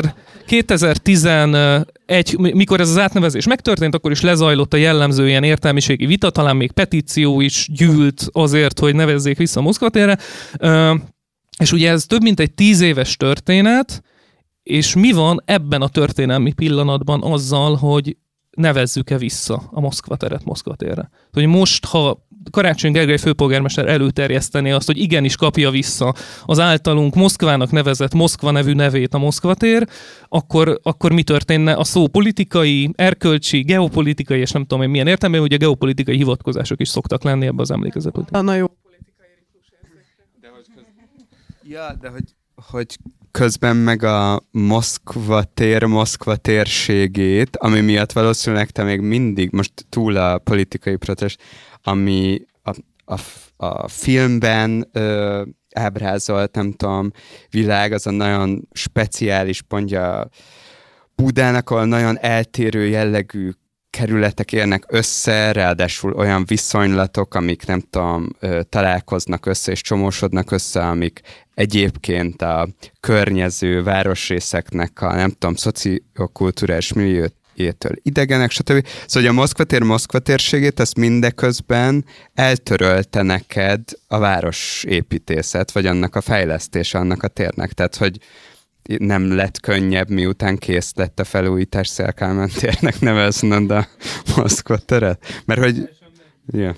D: 2011, mikor ez az átnevezés megtörtént, akkor is lezajlott a jellemző ilyen értelmiségi vita, talán még petíció is gyűlt azért, hogy nevezzék vissza Moszkva térre. És ugye ez több mint egy 10 éves történet, és mi van ebben a történelmi pillanatban azzal, hogy nevezzük-e vissza a Moszkva teret Moszkva térre? Hogy most, ha Karácsony Gergely főpolgármester előterjesztené azt, hogy igenis kapja vissza az általunk Moszkvának nevezett Moszkva nevű nevét a Moszkva tér, akkor mi történne a szó politikai, erkölcsi, geopolitikai, és nem tudom én milyen értelemben, ugye geopolitikai hivatkozások is szoktak lenni ebbe az emlékezetben.
A: Na jó.
C: De hogy közben meg a Moszkva térségét, ami miatt valószínűleg te még mindig, most túl a politikai protest, ami a filmben ábrázolt, nem tudom, világ, az a nagyon speciális pontja Budának, ahol nagyon eltérő jellegű kerületek érnek össze, ráadásul olyan viszonylatok, amik nem tudom, találkoznak össze és csomósodnak össze, amik egyébként a környező városrészeknek a nem tudom, szociokulturális milliójétől idegenek, stb. Szóval a Moszkva térségét, ezt mindeközben eltörölte neked a városépítészet, vagy annak a fejlesztése annak a térnek. Tehát, hogy nem lett könnyebb, miután kész lett a felújítás Széll Kálmán térnek nevezned a Moszkva teret. Mert hogy... Yeah.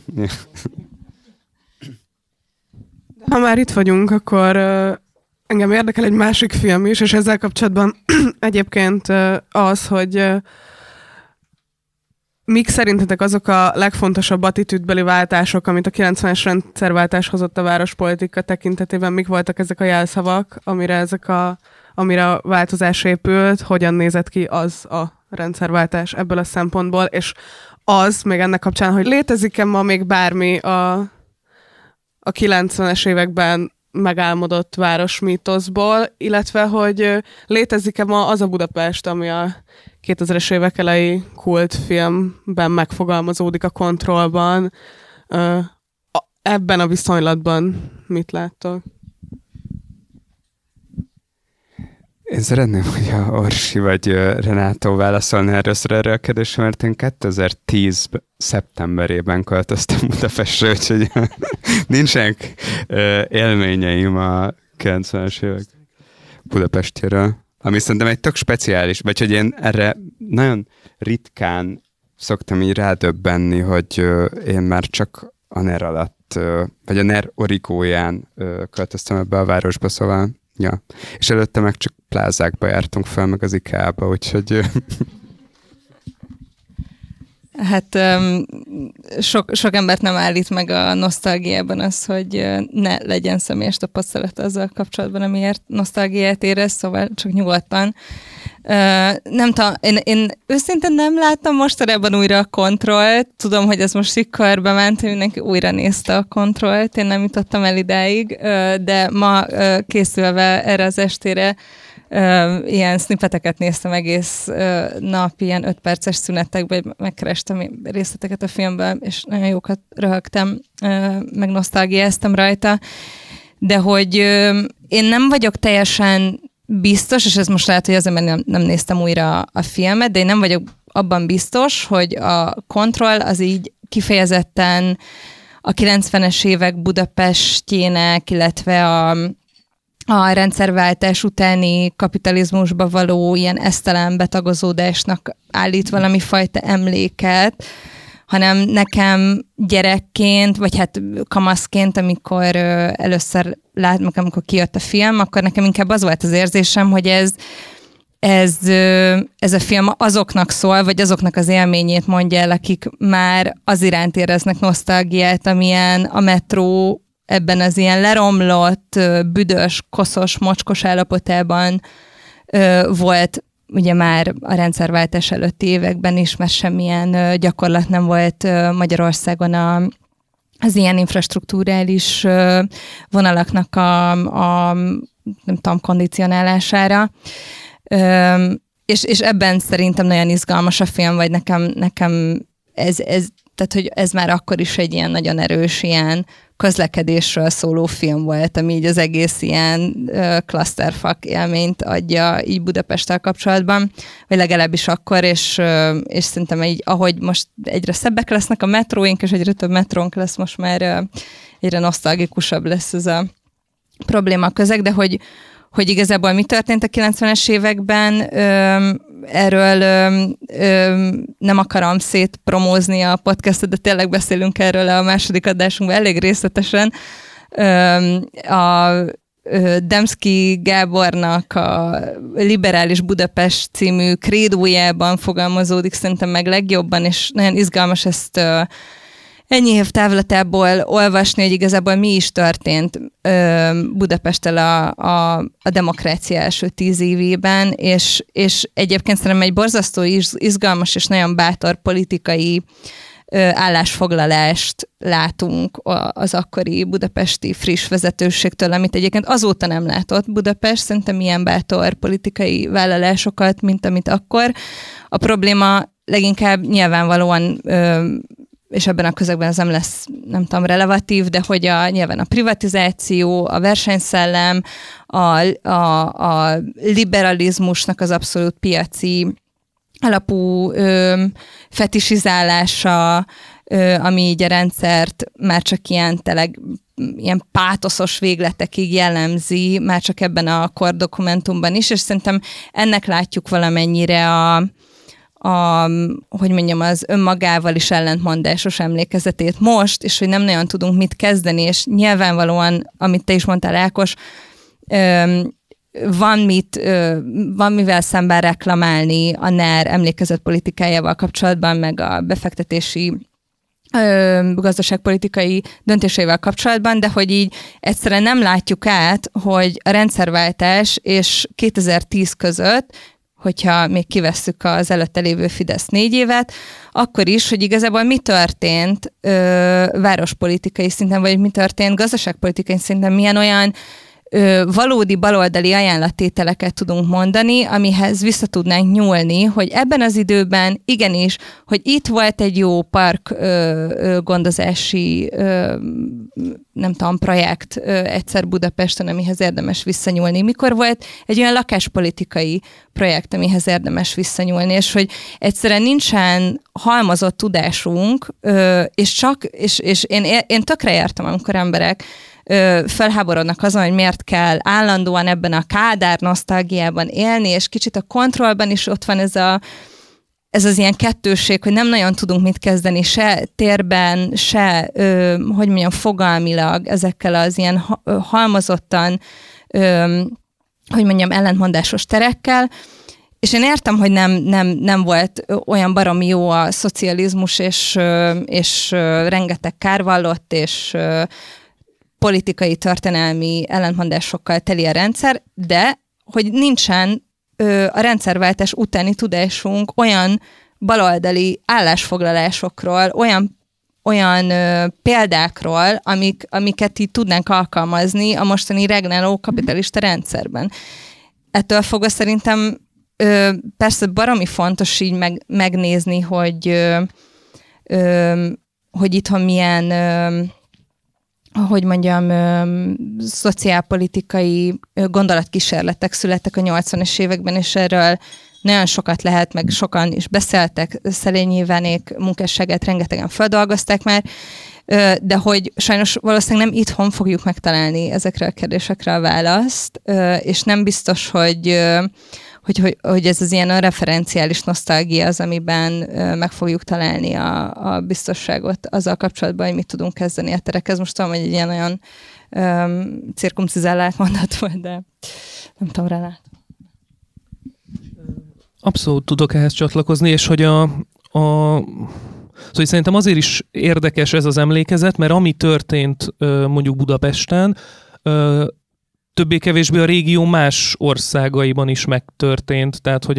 A: Ha már itt vagyunk, akkor engem érdekel egy másik film is, és ezzel kapcsolatban egyébként az, hogy mik szerintetek azok a legfontosabb attitűdbeli váltások, amit a 90-es rendszerváltás hozott a várospolitika tekintetében, mik voltak ezek a jelszavak, amire a változás épült, hogyan nézett ki az a rendszerváltás ebből a szempontból, és az még ennek kapcsán, hogy létezik-e ma még bármi a 90-es években megálmodott városmítoszból, illetve hogy létezik-e ma az a Budapest, ami a 2000-es évek elejé kultfilmben megfogalmazódik a Kontrollban. Ebben a viszonylatban mit láttok?
C: Én szeretném, hogy a Orsi vagy Renátó válaszolni erre a kérdésre, mert én 2010 szeptemberében költöztem Budapestre, úgyhogy nincsenek élményeim a 90-es évek Budapestjéről, ami szerintem egy tök speciális, vagy hogy én erre nagyon ritkán szoktam így rádöbbenni, hogy én már csak a NER alatt, vagy a NER origóján költöztem ebbe a városba, szóval ja. És előtte meg csak plázákba jártunk fel, meg az IKEA-ba, úgyhogy...
B: Hát sok embert nem állít meg a nosztalgiában az, hogy ne legyen személyes tapasztalat azzal kapcsolatban, amiért nosztalgiát érez, szóval csak nyugodtan. Nem tudom, én őszintén nem láttam mostanában újra a Kontrollt. Tudom, hogy ez most sikerbe ment, hogy mindenki újra nézte a Kontrollt. Én nem jutottam el idáig, de ma készülve erre az estére ilyen snippeteket néztem egész nap, ilyen 5 perces szünetekben, megkerestem részleteket a filmből, és nagyon jókat röhögtem, meg nosztalgiáztam rajta. De hogy én nem vagyok teljesen biztos, és ez most lehet, hogy azért, mert nem néztem újra a filmet, de én nem vagyok abban biztos, hogy a Kontroll az így kifejezetten a 90-es évek Budapestjének, illetve a rendszerváltás utáni kapitalizmusba való ilyen esztelen betagozódásnak állít valami fajta emléket, hanem nekem gyerekként, vagy hát kamaszként, amikor először láttam, amikor kijött a film, akkor nekem inkább az volt az érzésem, hogy ez a film azoknak szól, vagy azoknak az élményét mondja el, akik már az iránt éreznek nosztalgiát, amilyen a metró ebben az ilyen leromlott, büdös, koszos, mocskos állapotában volt ugye már a rendszerváltás előtti években is, mert semmilyen gyakorlat nem volt Magyarországon az ilyen infrastruktúrális vonalaknak a nem tudom, kondicionálására. És ebben szerintem nagyon izgalmas a film, vagy nekem ez tehát, hogy ez már akkor is egy ilyen nagyon erős ilyen közlekedésről szóló film volt, ami így az egész ilyen clusterfuck élményt adja így Budapesttel kapcsolatban, vagy legalábbis akkor, és szerintem így, ahogy most egyre szebbek lesznek a metróink, és egyre több metrónk lesz, most már egyre nosztalgikusabb lesz ez a probléma közeg, de hogy igazából mi történt a 90-es években, erről nem akarom szétpromózni a podcastot, de tényleg beszélünk erről a második adásunkban elég részletesen. A Demszky Gábornak a Liberális Budapest című krédójában fogalmazódik szerintem meg legjobban, és nagyon izgalmas ezt ennyi év távlatából olvasni, hogy igazából mi is történt Budapesttel a demokrácia első 10 évében, és egyébként szerintem egy borzasztó izgalmas és nagyon bátor politikai állásfoglalást látunk az akkori budapesti friss vezetőségtől, amit egyébként azóta nem látott Budapest, szerintem ilyen bátor politikai vállalásokat, mint amit akkor. A probléma leginkább nyilvánvalóan és ebben a közegben ez nem lesz, nem tudom, relevatív, de hogy nyilván a privatizáció, a versenyszellem, a liberalizmusnak az abszolút piaci alapú fetisizálása, ami így a rendszert már csak ilyen pátoszos végletekig jellemzi, már csak ebben a kordokumentumban is, és szerintem ennek látjuk valamennyire hogy mondjam, az önmagával is ellentmondásos emlékezetét most, és hogy nem nagyon tudunk mit kezdeni, és nyilvánvalóan, amit te is mondtál, Ákos, van mivel szemben reklamálni a NER emlékezetpolitikájával kapcsolatban, meg a befektetési gazdaságpolitikai döntéseivel kapcsolatban, de hogy így egyszerűen nem látjuk át, hogy a rendszerváltás és 2010 között, hogyha még kivesszük az előtte lévő Fidesz 4 évet, akkor is, hogy igazából mi történt várospolitikai szinten, vagy mi történt gazdaságpolitikai szinten, milyen olyan valódi baloldali ajánlattételeket tudunk mondani, amihez vissza tudnánk nyúlni, hogy ebben az időben igenis, hogy itt volt egy jó park gondozási nem tudom, projekt egyszer Budapesten, amihez érdemes visszanyúlni. Mikor volt egy olyan lakáspolitikai projekt, amihez érdemes visszanyúlni, és hogy egyszerűen nincsen halmozott tudásunk, és én tökre értem, amikor emberek felháborodnak azon, hogy miért kell állandóan ebben a Kádár nosztalgiában élni, és kicsit a kontrollban is ott van ez az ilyen kettőség, hogy nem nagyon tudunk mit kezdeni se térben, se, hogy mondjam, fogalmilag ezekkel az ilyen halmozottan, hogy mondjam, ellentmondásos terekkel. És én értem, hogy nem volt olyan baromi jó a szocializmus, és rengeteg kárvallott, és politikai, történelmi ellentmondásokkal teli a rendszer, de hogy nincsen a rendszerváltás utáni tudásunk olyan baloldali állásfoglalásokról, olyan példákról, amiket így tudnánk alkalmazni a mostani regnáló kapitalista rendszerben. Ettől fogva szerintem persze baromi fontos így megnézni, hogy itthon milyen hogy mondjam, szociálpolitikai gondolatkísérletek születtek a 80-es években, és erről nagyon sokat lehet, meg sokan is beszéltek, Szelényi Ivánék munkásságát rengetegen feldolgozták már, de hogy sajnos valószínűleg nem itthon fogjuk megtalálni ezekre a kérdésekre a választ, és nem biztos, hogy ez az ilyen referenciális nosztalgia az, amiben meg fogjuk találni a biztosságot azzal kapcsolatban, hogy mit tudunk kezdeni a terekhez. Most tudom, hogy egy ilyen olyan cirkumcizált mondat volt, de nem tudom, rá.
D: Abszolút tudok ehhez csatlakozni, és hogy szóval szerintem azért is érdekes ez az emlékezet, mert ami történt mondjuk Budapesten, többé-kevésbé a régió más országaiban is megtörtént, tehát hogy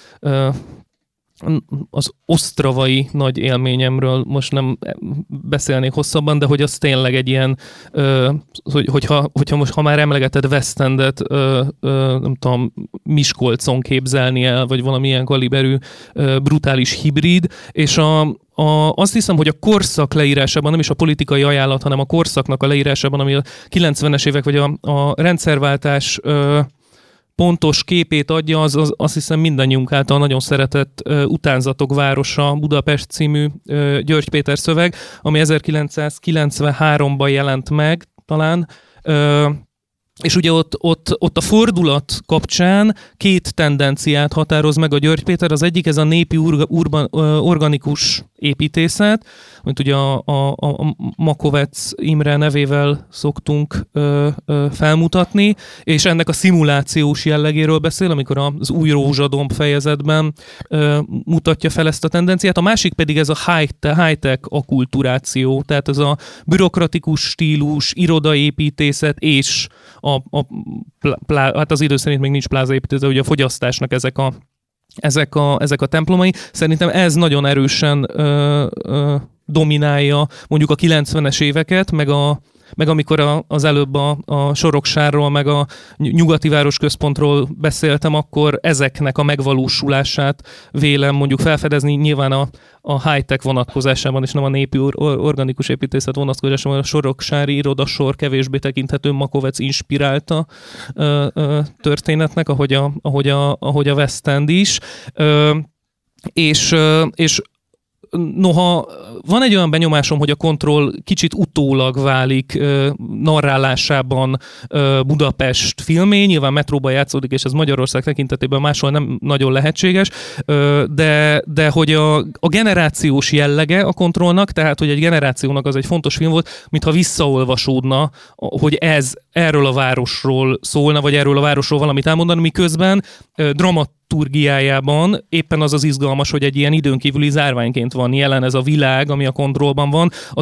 D: az osztravai nagy élményemről most nem beszélnék hosszabban, de hogy az tényleg egy ilyen, hogyha már emlegeted West Endet, nem tudom, Miskolcon képzelni el, vagy valamilyen kaliberű brutális hibrid, és azt hiszem, hogy a korszak leírásában, nem is a politikai ajánlat, hanem a korszaknak a leírásában, ami a 90-es évek, vagy a rendszerváltás pontos képét adja, az azt hiszem mindannyiunk által nagyon szeretett Utánzatok városa, Budapest című György Péter szöveg, ami 1993-ban jelent meg talán, és ugye ott a fordulat kapcsán két tendenciát határoz meg a György Péter. Az egyik ez a népi organikus építészet, amit ugye a Makovec Imre nevével szoktunk felmutatni, és ennek a szimulációs jellegéről beszél, amikor az új rózsadomb fejezetben mutatja fel ezt a tendenciát. A másik pedig ez a high-tech akkulturáció, tehát ez a bürokratikus stílus, irodaépítészet és hát az idő szerint még nincs plázaépítészet, ugye a fogyasztásnak ezek a templomai. Szerintem ez nagyon erősen dominálja mondjuk a 90-es éveket, meg amikor az előbb a Soroksárról, meg a Nyugati Városközpontról beszéltem, akkor ezeknek a megvalósulását vélem mondjuk felfedezni, nyilván a high-tech vonatkozásában, és nem a népi organikus építészet vonatkozásában, a soroksári irodasor kevésbé tekinthető Makovec inspirálta történetnek, ahogy a West End is. És noha van egy olyan benyomásom, hogy a Kontroll kicsit utólag válik narrálásában Budapest filmé, nyilván metróban játszódik, és ez Magyarország tekintetében máshol nem nagyon lehetséges, de hogy a generációs jellege a Kontrollnak, tehát hogy egy generációnak az egy fontos film volt, mintha visszaolvasódna, hogy ez erről a városról szólna, vagy erről a városról valamit elmondani, miközben dramaturgiájában éppen az izgalmas, hogy egy ilyen időnkívüli zárványként van jelen ez a világ, ami a Kontrollban van, a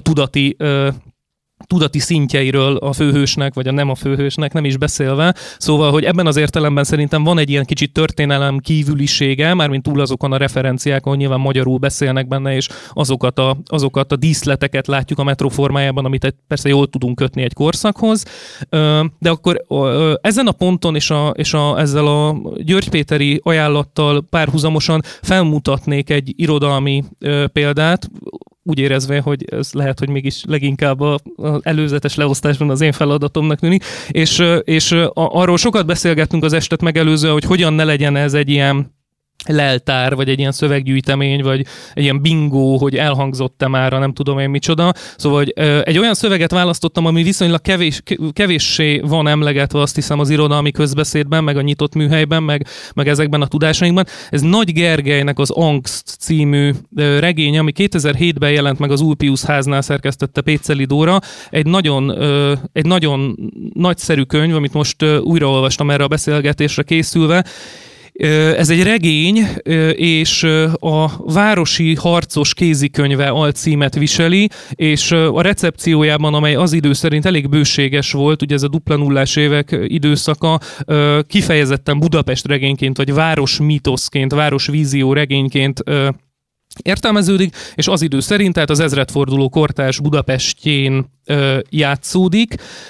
D: tudati szintjeiről a főhősnek, vagy a nem a főhősnek nem is beszélve. Szóval, hogy ebben az értelemben szerintem van egy ilyen kicsit történelem kívülisége, mármint túl azokon a referenciákon, nyilván magyarul beszélnek benne, és azokat a díszleteket látjuk a metró formájában, amit persze jól tudunk kötni egy korszakhoz. De akkor ezen a ponton és ezzel a György Péteri ajánlattal párhuzamosan felmutatnék egy irodalmi példát, úgy érezve, hogy ez lehet, hogy mégis leginkább az előzetes leosztásban az én feladatomnak tűnik, és arról sokat beszélgettünk az estet megelőzően, hogy hogyan ne legyen ez egy ilyen leltár, vagy egy ilyen szöveggyűjtemény, vagy egy ilyen bingó, hogy elhangzott-e már, nem tudom én micsoda. Szóval hogy egy olyan szöveget választottam, ami viszonylag kevéssé van emlegetve, azt hiszem, az irodalmi közbeszédben, meg a nyitott műhelyben, meg ezekben a tudásainkban. Ez Nagy Gergelynek az Angst című regény, ami 2007-ben jelent meg az Ulpius háznál szerkesztette Péceli Dóra. Egy nagyon nagyszerű könyv, amit most újraolvastam erre a beszélgetésre készülve. Ez egy regény, és a Városi Harcos kézikönyve alcímet viseli, és a recepciójában, amely az idő szerint elég bőséges volt, ugye ez a dupla nullás évek időszaka, kifejezetten Budapest regényként, vagy városmítoszként, városvízió regényként értelmeződik, és az idő szerint, tehát az ezredforduló kortárs Budapestjén játszódik.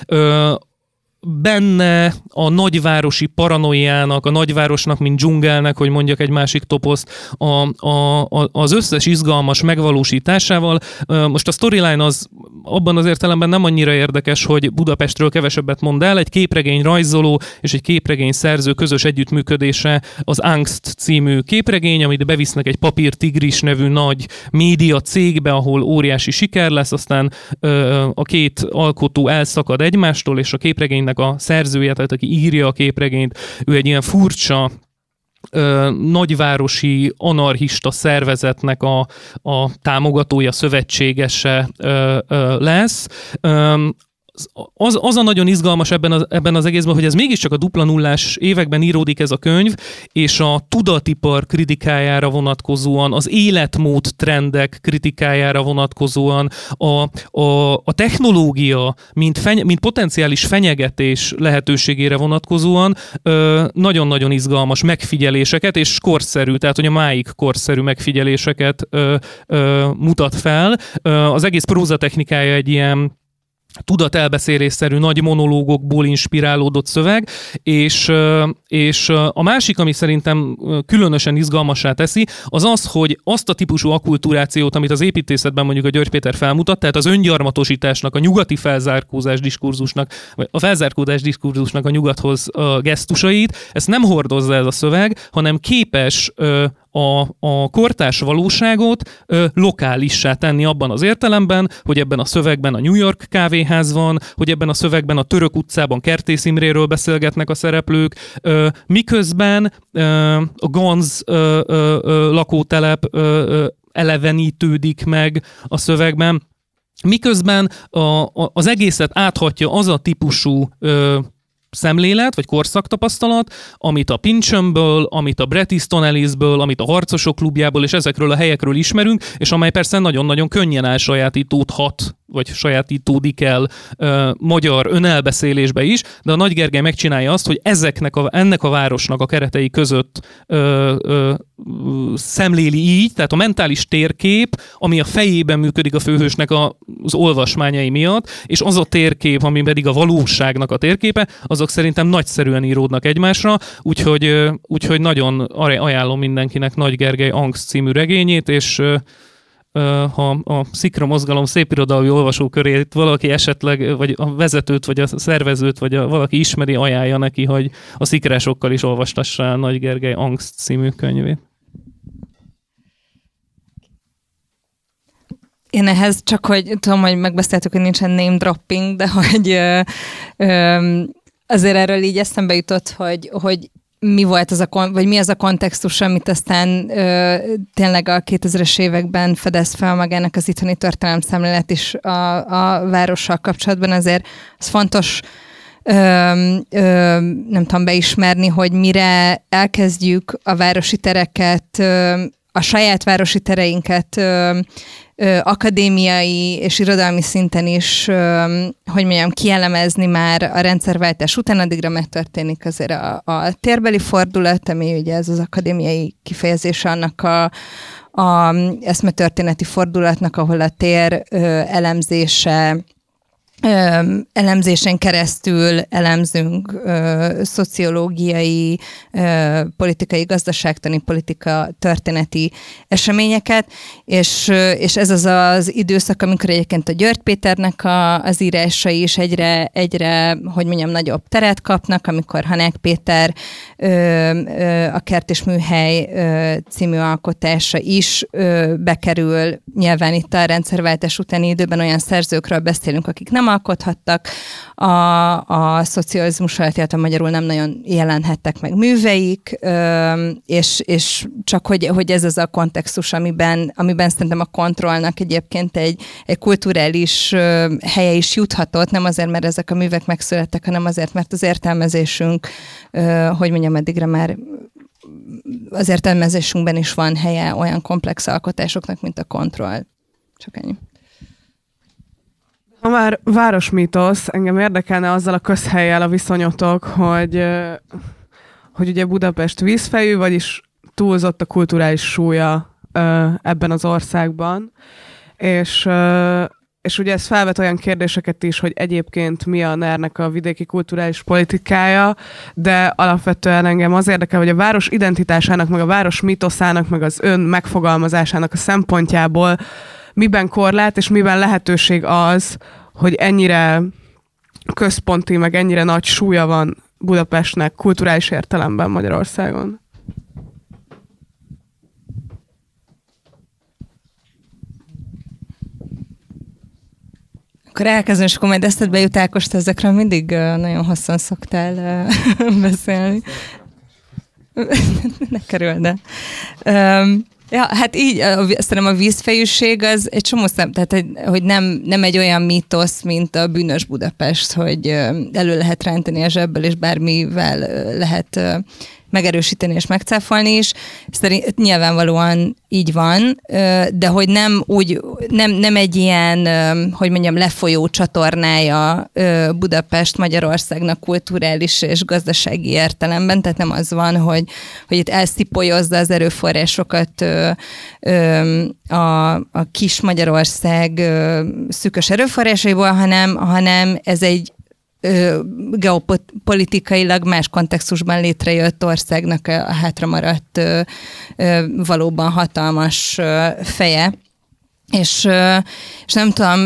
D: Benne a nagyvárosi paranoiának, a nagyvárosnak, mint dzsungelnek, hogy mondjak egy másik toposzt, az összes izgalmas megvalósításával. Most a storyline az abban az értelemben nem annyira érdekes, hogy Budapestről kevesebbet mond el. Egy képregény rajzoló és egy képregény szerző közös együttműködése az Angst című képregény, amit bevisznek egy Papírtigris nevű nagy média cégbe, ahol óriási siker lesz, aztán a két alkotó elszakad egymástól, és a képregénynek a szerzője, tehát aki írja a képregényt, ő egy ilyen furcsa nagyvárosi anarchista szervezetnek a támogatója, szövetségese lesz. az a nagyon izgalmas ebben az egészben, hogy ez mégiscsak a dupla nullás években íródik ez a könyv, és a tudatipar kritikájára vonatkozóan, az életmód trendek kritikájára vonatkozóan, a technológia, mint potenciális fenyegetés lehetőségére vonatkozóan nagyon-nagyon izgalmas megfigyeléseket, és korszerű, tehát hogy a máig korszerű megfigyeléseket mutat fel. Az egész prózatechnikája egy ilyen tudatelbeszélésszerű nagy monológokból inspirálódott szöveg, és a másik, ami szerintem különösen izgalmassá teszi, az az, hogy azt a típusú akkulturációt, amit az építészetben mondjuk a György Péter felmutat, tehát az öngyarmatosításnak, a nyugati felzárkózás diskurzusnak, vagy a felzárkózás diskurzusnak a nyugathoz a gesztusait, ezt nem hordozza ez a szöveg, hanem képes a kortárs valóságot lokálissá tenni abban az értelemben, hogy ebben a szövegben a New York kávéház van, hogy ebben a szövegben a Török utcában Kertész Imréről beszélgetnek a szereplők, miközben a Ganz lakótelep elevenítődik meg a szövegben, miközben az egészet áthatja az a típusú szemlélet, vagy korszaktapasztalat, amit a Pinchamből, amit a Bret Easton Ellisből, amit a Harcosok klubjából, és ezekről a helyekről ismerünk, és amely persze nagyon-nagyon könnyen elsajátítódhat, vagy sajátítódik el magyar önelbeszélésbe is, de a Nagy Gergely megcsinálja azt, hogy ennek a városnak a keretei között szemléli így, tehát a mentális térkép, ami a fejében működik a főhősnek az olvasmányai miatt, és az a térkép, ami pedig a valóságnak a térképe, azok szerintem nagyszerűen íródnak egymásra, úgyhogy nagyon ajánlom mindenkinek Nagy Gergely Angst című regényét, és ha a Szikra Mozgalom szépirodalmi olvasókörét valaki esetleg, vagy a vezetőt, vagy a szervezőt, vagy valaki ismeri, ajánlja neki, hogy a szikrásokkal is olvastassa a Nagy Gergely Angst című könyvét.
B: Én ehhez csak, hogy tudom, hogy megbeszéltük, hogy nincsen name dropping, de hogy azért erről így eszembe jutott, hogy mi volt az vagy mi az a kontextus, amit aztán tényleg a 2000-es években fedez fel magának az itthoni történelemszemlélet is a várossal kapcsolatban. Azért ez fontos nem tudom beismerni, hogy mire elkezdjük a városi tereket, a saját városi tereinket akadémiai és irodalmi szinten is, hogy mondjam, kielemezni már a rendszerváltás után, addigra megtörténik azért a térbeli fordulat, ami ugye ez az akadémiai kifejezése annak a eszmetörténeti fordulatnak, ahol a tér elemzésen keresztül elemzünk szociológiai, politikai, gazdaságtani, politika történeti eseményeket, és ez az időszak, amikor egyébként a György Péternek az írásai is egyre, hogy mondjam, nagyobb teret kapnak, amikor Hanák Péter a Kert és Műhely című alkotása is bekerül. Nyilván itt a rendszerváltás utáni időben olyan szerzőkről beszélünk, akik nem alkothattak, a szocializmus alatt, a magyarul nem nagyon jelenhettek meg műveik, és csak hogy ez az a kontextus, amiben szerintem a kontrollnak egyébként egy kulturális helye is juthatott, nem azért, mert ezek a művek megszülettek, hanem azért, mert az értelmezésünk, hogy mondjam, eddigre már az értelmezésünkben is van helye olyan komplex alkotásoknak, mint a kontroll. Csak ennyi.
A: Ha már városmítosz, engem érdekelne azzal a közhellyel a viszonyotok, hogy ugye Budapest vízfejű, vagyis túlzott a kulturális súlya ebben az országban, és ugye ez felvet olyan kérdéseket is, hogy egyébként mi a NER-nek a vidéki kulturális politikája, de alapvetően engem az érdekel, hogy a város identitásának, meg a város mítoszának, meg az ön megfogalmazásának a szempontjából miben korlát, és miben lehetőség az, hogy ennyire központi, meg ennyire nagy súlya van Budapestnek kulturális értelemben Magyarországon?
B: Akkor elkezdem, és akkor majd eszedbe jut, Ákos, te ezekről mindig nagyon hosszan szoktál beszélni. Ne kerüld, de... Ja, hát így, szerintem a vízfejűség az egy csomó tehát hogy nem egy olyan mítosz, mint a bűnös Budapest, hogy elő lehet rántani a zsebből, és bármivel lehet megerősíteni és megcáfolni is. Szerint nyilvánvalóan így van, de hogy nem egy ilyen, hogy mondjam, lefolyó csatornája Budapest Magyarországnak kulturális és gazdasági értelemben, tehát nem az van, hogy itt elszipolyozza az erőforrásokat a kis Magyarország szűkös erőforrásaiból, hanem ez egy geopolitikailag más kontextusban létrejött országnak a hátramaradt valóban hatalmas feje. És nem tudom,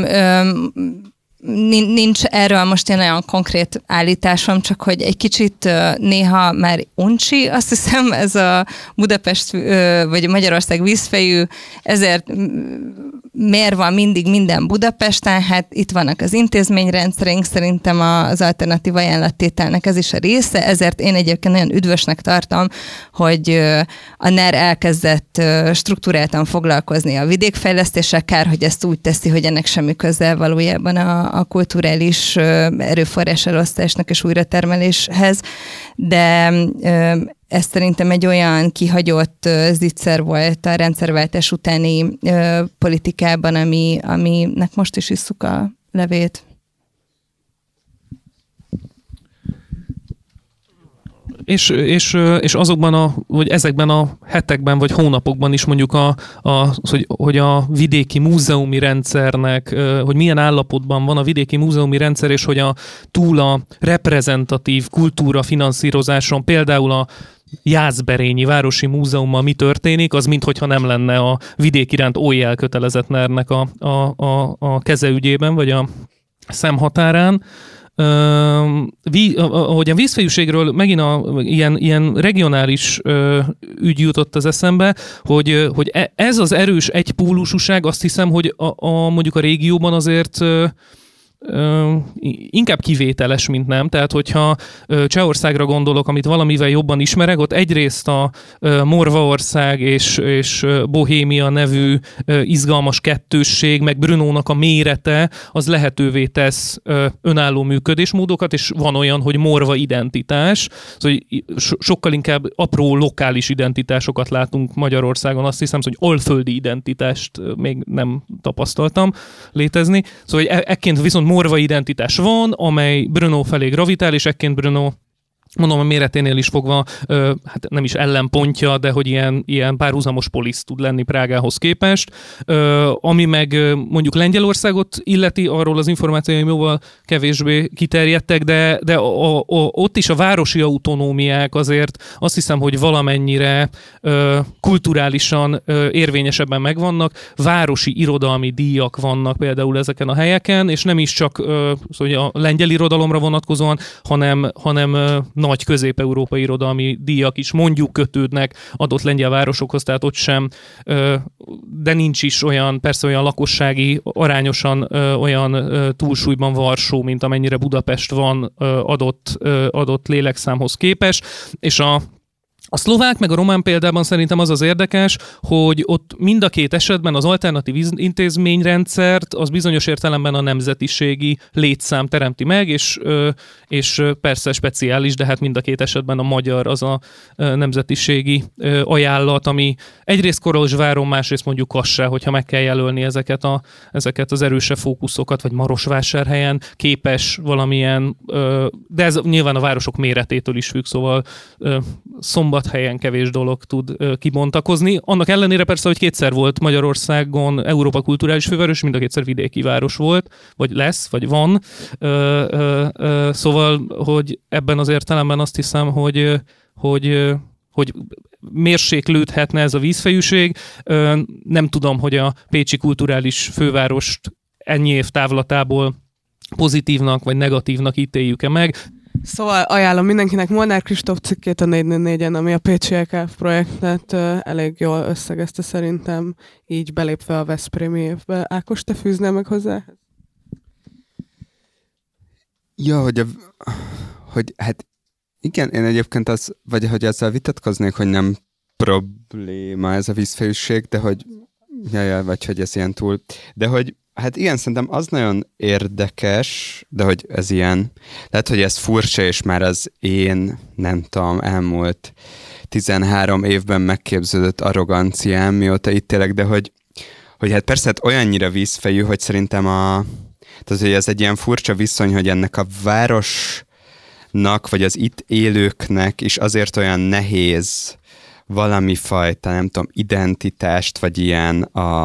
B: nincs erről most ilyen olyan konkrét állításom, csak hogy egy kicsit néha már uncsi, azt hiszem, ez a Budapest vagy Magyarország vízfejű, ezért miért van mindig minden Budapesten, hát itt vannak az intézményrendszerünk, szerintem az alternatív ajánlattételnek ez is a része, ezért én egyébként nagyon üdvösnek tartom, hogy a NER elkezdett struktúráltan foglalkozni a vidékfejlesztéssel, kár, hogy ezt úgy teszi, hogy ennek semmi köze valójában a kulturális erőforrás elosztásnak és újratermeléshez, de ez szerintem egy olyan kihagyott zicser volt a rendszerváltás utáni politikában, aminek most is isszuk a levét.
D: És azokban vagy ezekben a hetekben vagy hónapokban is mondjuk hogy a vidéki múzeumi rendszernek, hogy milyen állapotban van a vidéki múzeumi rendszer, és hogy túl a reprezentatív kultúra finanszírozáson, például a Jászberényi Városi Múzeummal mi történik, az minthogyha nem lenne a vidék iránt oly elkötelezett NER-nek a kezeügyében, vagy a szemhatárán. Ahogy a vízfejűségről megint ilyen regionális ügy jutott az eszembe, hogy ez az erős egypólusúság, azt hiszem, hogy mondjuk a régióban azért inkább kivételes, mint nem. Tehát, hogyha Csehországra gondolok, amit valamivel jobban ismerek, ott egyrészt a Morvaország és Bohémia nevű izgalmas kettősség, meg Brnónak a mérete, az lehetővé tesz önálló működésmódokat, és van olyan, hogy morva identitás, szóval sokkal inkább apró lokális identitásokat látunk Magyarországon, azt hiszem, hogy alföldi identitást még nem tapasztaltam létezni. Szóval ekként viszont morva identitás van, amely Brno felé gravitál, és ekként Brno, mondom, a méreténél is fogva, hát nem is ellenpontja, de hogy ilyen párhuzamos polisz tud lenni Prágához képest. Ami meg mondjuk Lengyelországot illeti, arról az információim jóval kevésbé kiterjedtek, de ott is a városi autonómiák azért azt hiszem, hogy valamennyire kulturálisan érvényesebben megvannak. Városi irodalmi díjak vannak például ezeken a helyeken, és nem is csak a lengyel irodalomra vonatkozóan, hanem nagy közép-európai irodalmi díjak is mondjuk kötődnek adott lengyel városokhoz, tehát ott sem, de nincs is persze olyan lakossági, arányosan olyan túlsúlyban Varsó, mint amennyire Budapest van adott lélekszámhoz képest, és a szlovák meg a román példában szerintem az érdekes, hogy ott mind a két esetben az alternatív intézményrendszert az bizonyos értelemben a nemzetiségi létszám teremti meg, és persze speciális, de hát mind a két esetben a magyar az a nemzetiségi ajánlat, ami egyrészt Kolozsváron, másrészt mondjuk Kassá, hogyha meg kell jelölni ezeket az erősebb fókuszokat, vagy Marosvásárhelyen képes valamilyen, de ez nyilván a városok méretétől is függ, szóval Szombathelyen kevés dolog tud kibontakozni. Annak ellenére persze, hogy kétszer volt Magyarországon Európa kulturális főváros, mind a kétszer vidéki város volt, vagy lesz, vagy van. Szóval, hogy ebben az értelemben azt hiszem, hogy mérséklődhetne ez a vízfejűség. Nem tudom, hogy a pécsi kulturális fővárost ennyi év távlatából pozitívnak vagy negatívnak ítéljük-e meg.
A: Szóval ajánlom mindenkinek Molnár Kristóf cikkét a 444-en, ami a Pécsi EKF projektet elég jól összegezte szerintem, így belépve a veszprémi évbe. Ákos, te fűznél meg hozzá?
C: Ja, hogy hát igen, én egyébként hogy ezzel vitatkoznék, hogy nem probléma ez a vízfejűség, de hogy vagy hogy ez ilyen túl, de hogy hát igen, szerintem az nagyon érdekes, de hogy ez ilyen, lehet, hogy ez furcsa, és már az én, nem tudom, elmúlt 13 évben megképződött arroganciám, mióta itt élek, de hogy hát persze hát olyannyira vízfejű, hogy szerintem tehát, hogy ez egy ilyen furcsa viszony, hogy ennek a városnak, vagy az itt élőknek is azért olyan nehéz valami fajta, nem tudom, identitást, vagy ilyen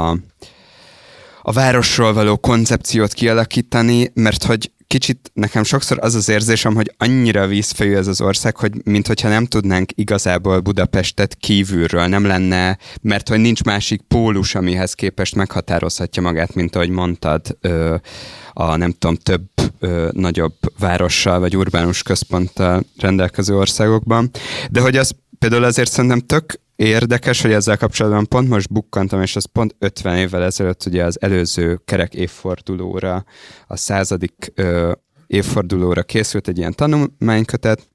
C: a városról való koncepciót kialakítani, mert hogy kicsit nekem sokszor az az érzésem, hogy annyira vízfejű ez az ország, hogy minthogyha nem tudnánk igazából Budapestet kívülről, nem lenne, mert hogy nincs másik pólus, amihez képest meghatározhatja magát, mint ahogy mondtad, a nem tudom, több nagyobb várossal vagy urbánus központtal rendelkező országokban. De hogy az például azért szerintem tök érdekes, hogy ezzel kapcsolatban pont most bukkantam, és az pont 50 évvel ezelőtt ugye az előző kerek évfordulóra, a 100. Évfordulóra készült egy ilyen tanulmánykötet,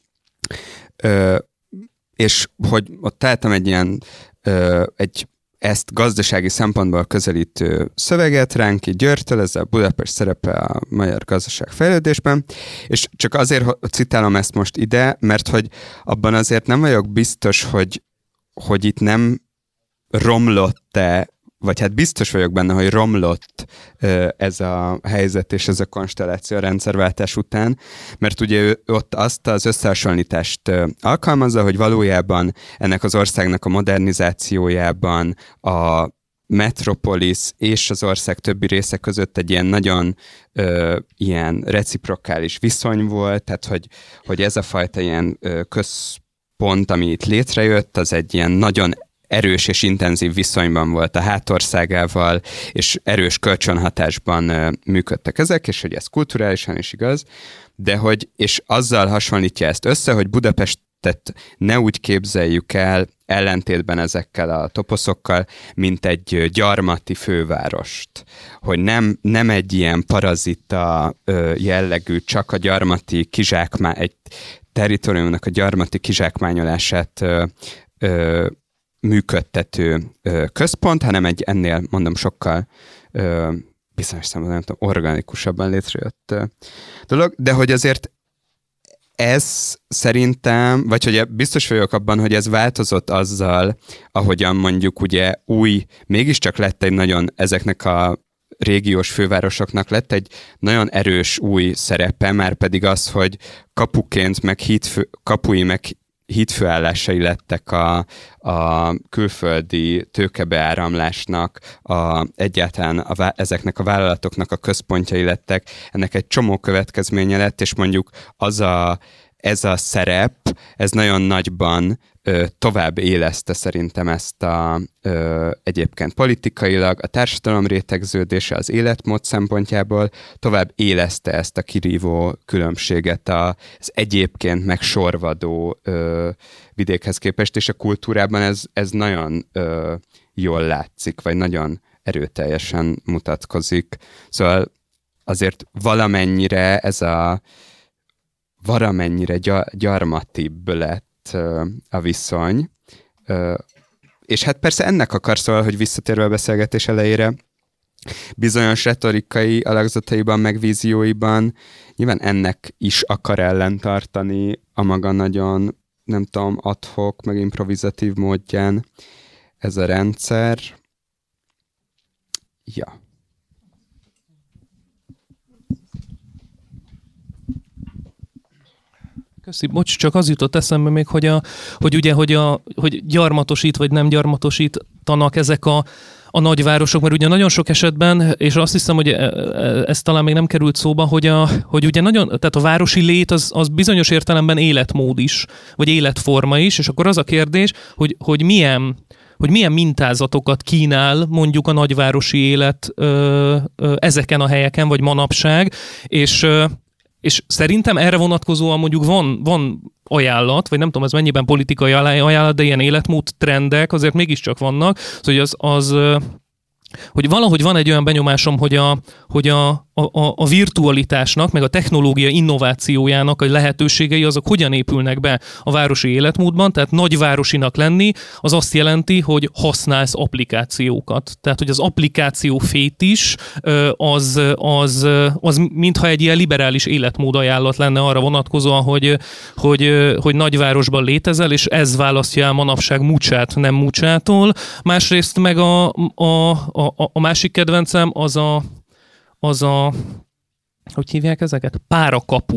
C: és hogy ott találtam egy ilyen ezt gazdasági szempontból közelítő szöveget Ránki Györgytől, ez a Budapest szerepe a magyar gazdaság fejlődésben, és csak azért citálom ezt most ide, mert hogy abban azért nem vagyok biztos, hogy itt nem romlott-e, vagy hát biztos vagyok benne, hogy romlott ez a helyzet és ez a konstelláció a rendszerváltás után, mert ugye ő ott azt az összehasonlítást alkalmazza, hogy valójában ennek az országnak a modernizációjában a metropolis és az ország többi része között egy ilyen nagyon ilyen reciprokális viszony volt, tehát hogy ez a fajta ilyen központ, ami itt létrejött, az egy ilyen nagyon erős és intenzív viszonyban volt a hátországával, és erős kölcsönhatásban működtek ezek, és hogy ez kulturálisan is igaz, de hogy, és azzal hasonlítja ezt össze, hogy Budapestet ne úgy képzeljük el, ellentétben ezekkel a toposzokkal, mint egy gyarmati fővárost. Hogy nem egy ilyen parazita jellegű, csak a gyarmati egy territóriumnak a gyarmati kizsákmányolását működtető központ, hanem egy ennél, mondom, sokkal bizonyos szemben, nem tudom, organikusabban létrejött dolog, de hogy azért ez szerintem, vagy hogy biztos vagyok abban, hogy ez változott azzal, ahogyan mondjuk ugye mégiscsak lett egy nagyon, ezeknek a régiós fővárosoknak lett egy nagyon erős új szerepe, már pedig az, hogy kapuként, meg kapui, meg hídfőállásai lettek a külföldi tőkebeáramlásnak, egyáltalán ezeknek a vállalatoknak a központjai lettek, ennek egy csomó következménye lett, és mondjuk ez a szerep, ez nagyon nagyban tovább éleszte szerintem ezt egyébként politikailag, a társadalom rétegződése az életmód szempontjából tovább éleszte ezt a kirívó különbséget az egyébként megsorvadó vidékhez képest, és a kultúrában ez nagyon jól látszik, vagy nagyon erőteljesen mutatkozik. Szóval azért valamennyire gyarmatibb lett a viszony. És hát persze ennek akar, szóval, hogy visszatérve a beszélgetés elejére, bizonyos retorikai alakzataiban, meg vízióiban nyilván ennek is akar ellentartani a maga nagyon, nem tudom, ad-hoc, meg improvizatív módján ez a rendszer. Ja.
D: Köszi, bocs, csak az jutott eszembe még, hogy gyarmatosít vagy nem gyarmatosítanak ezek a nagyvárosok, mert ugye nagyon sok esetben, és azt hiszem, hogy ez talán még nem került szóba, hogy ugye tehát a városi lét az bizonyos értelemben életmód is, vagy életforma is, és akkor az a kérdés, hogy milyen mintázatokat kínál mondjuk a nagyvárosi élet ezeken a helyeken, vagy manapság, és szerintem erre vonatkozóan mondjuk van ajánlat, vagy nem tudom, ez mennyiben politikai ajánlat, de ilyen életmód trendek azért mégiscsak vannak, hogy az hogy valahogy van egy olyan benyomásom, hogy a virtualitásnak, meg a technológia innovációjának a lehetőségei azok hogyan épülnek be a városi életmódban, tehát nagyvárosinak lenni, az azt jelenti, hogy használsz applikációkat. Tehát, hogy az applikáció fétis az mintha egy ilyen liberális életmód ajánlat lenne arra vonatkozóan, hogy nagyvárosban létezel, és ez választja el manapság Mucsát, nem Mucsától. Másrészt meg a másik kedvencem az a hogy hívják ezeket? Párakapu.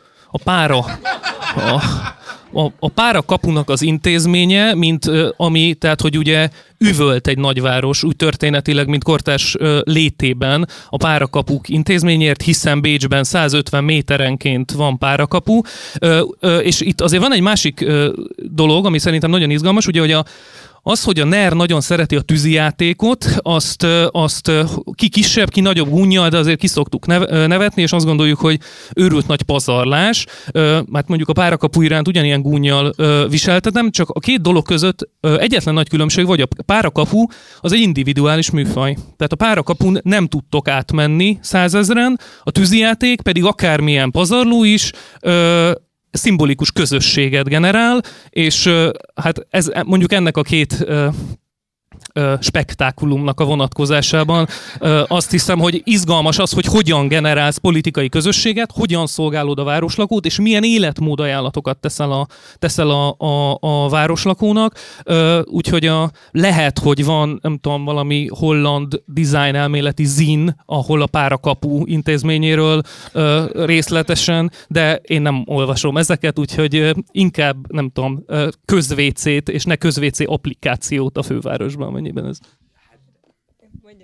D: A párakapunak az intézménye, tehát, hogy ugye üvölt egy nagyváros, úgy történetileg, mint kortárs létében a párakapuk intézményért, hiszen Bécsben 150 méterenként van párakapu, és itt azért van egy másik dolog, ami szerintem nagyon izgalmas, ugye, hogy hogy a NER nagyon szereti a tűzijátékot, azt ki kisebb, ki nagyobb gúnnyal, de azért ki szoktuk nevetni, és azt gondoljuk, hogy őrült nagy pazarlás. Hát mondjuk a párakapu iránt ugyanilyen gúnnyal viseltetem, csak a két dolog között egyetlen nagy különbség, vagy a párakapu az egy individuális műfaj. Tehát a párakapun nem tudtok átmenni 100 000-en, a tűzijáték pedig akármilyen pazarló is, szimbolikus közösséget generál, és hát ez mondjuk ennek a két spektákulumnak a vonatkozásában azt hiszem, hogy izgalmas az, hogy hogyan generálsz politikai közösséget, hogyan szolgálod a városlakót, és milyen életmód ajánlatokat teszel a városlakónak. Úgyhogy lehet, hogy van, nem tudom, valami holland design elméleti zin, ahol a párakapu intézményéről részletesen, de én nem olvasom ezeket, úgyhogy inkább, nem tudom, közvécét, és ne közvécé applikációt a fővárosban, mennyiben ez.
B: Mondja.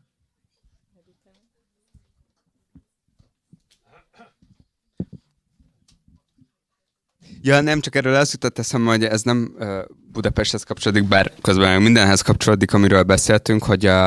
C: Ja, nem, csak erről azt jutott eszembe, hogy ez nem Budapesthez kapcsolódik, bár közben mindenhez kapcsolódik, amiről beszéltünk,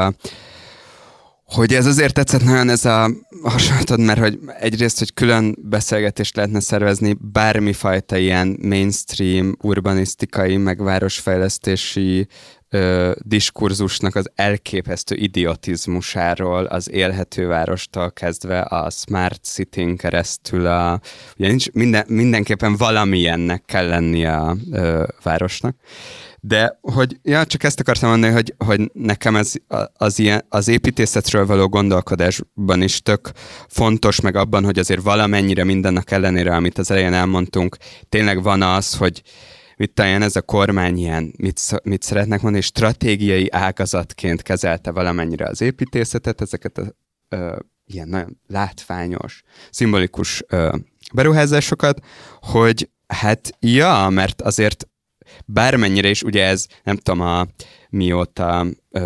C: hogy ez azért tetszett nagyon ez a hasonlatod, mert hogy egyrészt, hogy külön beszélgetést lehetne szervezni bármifajta ilyen mainstream, urbanisztikai, meg városfejlesztési diskurzusnak az elképesztő idiotizmusáról, az élhető várostól kezdve a Smart City-n keresztül ugye mindenképpen valamilyennek kell lennie a városnak. De hogy, csak ezt akartam mondani, hogy nekem ez az építészetről való gondolkodásban is tök fontos, meg abban, hogy azért valamennyire mindennek ellenére, amit az elején elmondtunk, tényleg van az, hogy mit talán ez a kormány ilyen, mit szeretnek mondani, stratégiai ágazatként kezelte valamennyire az építészetet, ezeket ilyen nagyon látványos, szimbolikus beruházásokat, hogy hát mert azért bármennyire is, ugye ez, nem tudom, mióta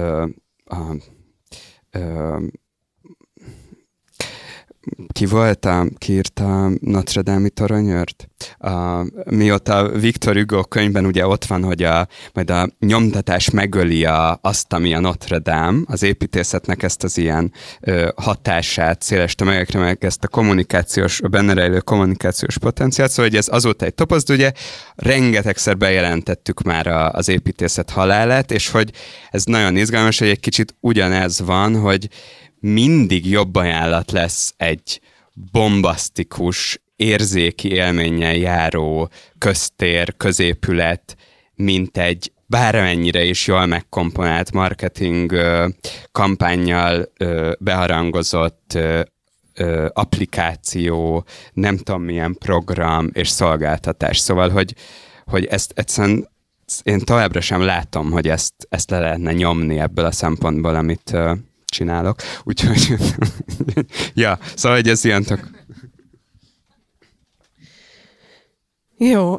C: ki írta Notre Dame-i toronyőrt? Mióta Victor Hugo könyvben ugye ott van, hogy majd a nyomtatás megöli azt, ami a Notre Dame, az építészetnek ezt az ilyen hatását széles tömegekre, meg ezt a benne rejlő kommunikációs potenciált, szóval hogy ez azóta egy topoz, de ugye rengetegszer bejelentettük már az építészet halálát, és hogy ez nagyon izgalmas, hogy egy kicsit ugyanez van, hogy mindig jobb ajánlat lesz egy bombasztikus, érzéki élménnyel járó köztér, középület, mint egy bármennyire is jól megkomponált marketing kampánnyal beharangozott applikáció, nem tudom milyen program és szolgáltatás. Szóval, hogy ezt egyszerűen én továbbra sem látom, hogy ezt le lehetne nyomni ebből a szempontból, amit csinálok. Úgyhogy, szóval, hogy ez ilyen tök.
A: Jó.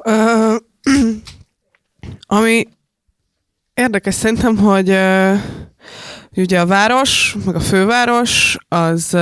A: Ami érdekes szerintem, hogy ugye a város, meg a főváros, az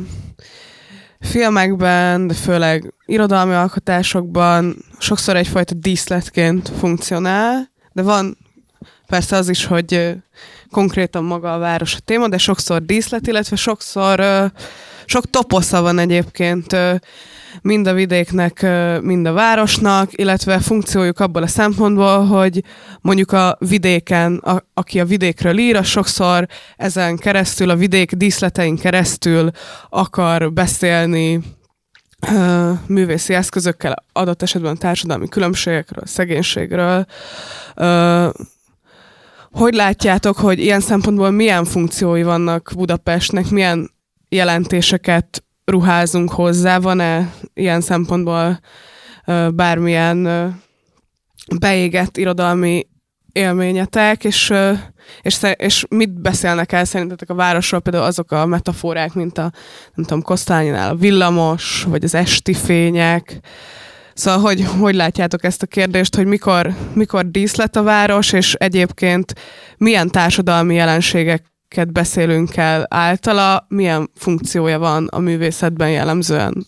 A: filmekben, de főleg irodalmi alkotásokban sokszor egyfajta díszletként funkcionál, de van persze az is, hogy konkrétan maga a város a téma, de sokszor díszlet, illetve sokszor sok toposza van egyébként mind a vidéknek, mind a városnak, illetve funkciójuk abból a szempontból, hogy mondjuk a vidéken, aki a vidékről ír, az sokszor ezen keresztül, a vidék díszletein keresztül akar beszélni művészi eszközökkel, adott esetben társadalmi különbségekről, szegénységről. Hogy látjátok, hogy ilyen szempontból milyen funkciói vannak Budapestnek, milyen jelentéseket ruházunk hozzá? Van-e ilyen szempontból bármilyen beégett irodalmi élményetek, és mit beszélnek el szerintetek a városról, például azok a metaforák, mint a, nem tudom, Kosztolánynál a villamos, vagy az esti fények. Szóval, hogy látjátok ezt a kérdést, hogy mikor díszlet a város, és egyébként milyen társadalmi jelenségeket beszélünk el általa, milyen funkciója van a művészetben jellemzően?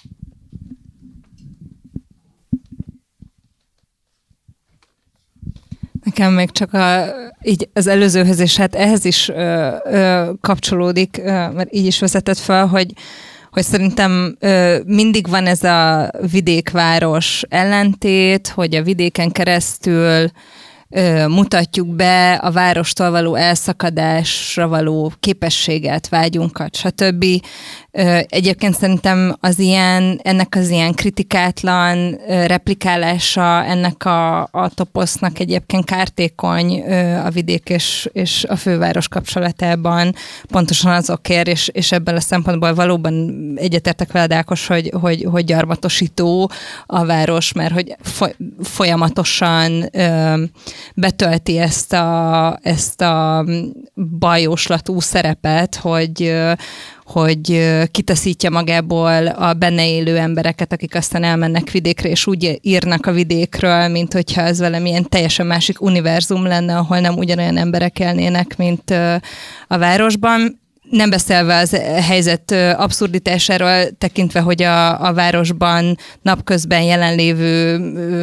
B: Nekem még csak így az előzőhöz, és hát ehhez is kapcsolódik, mert így is vezetett fel, hogy szerintem mindig van ez a vidékváros ellentét, hogy a vidéken keresztül mutatjuk be a várostól való elszakadásra való képességet, vágyunkat, stb. Egyébként szerintem ennek az ilyen kritikátlan replikálása ennek a toposznak egyébként kártékony a vidék és a főváros kapcsolatában pontosan azokért, és ebből a szempontból valóban egyetértek veled, Ákos, hogy gyarmatosító a város, mert hogy folyamatosan betölti ezt a bajóslatú szerepet, hogy kitaszítja magából a benne élő embereket, akik aztán elmennek vidékre, és úgy írnak a vidékről, mint hogyha ez valamilyen teljesen másik univerzum lenne, ahol nem ugyanolyan emberek élnének, mint a városban. Nem beszélve az helyzet abszurditásáról, tekintve, hogy a városban napközben jelenlévő,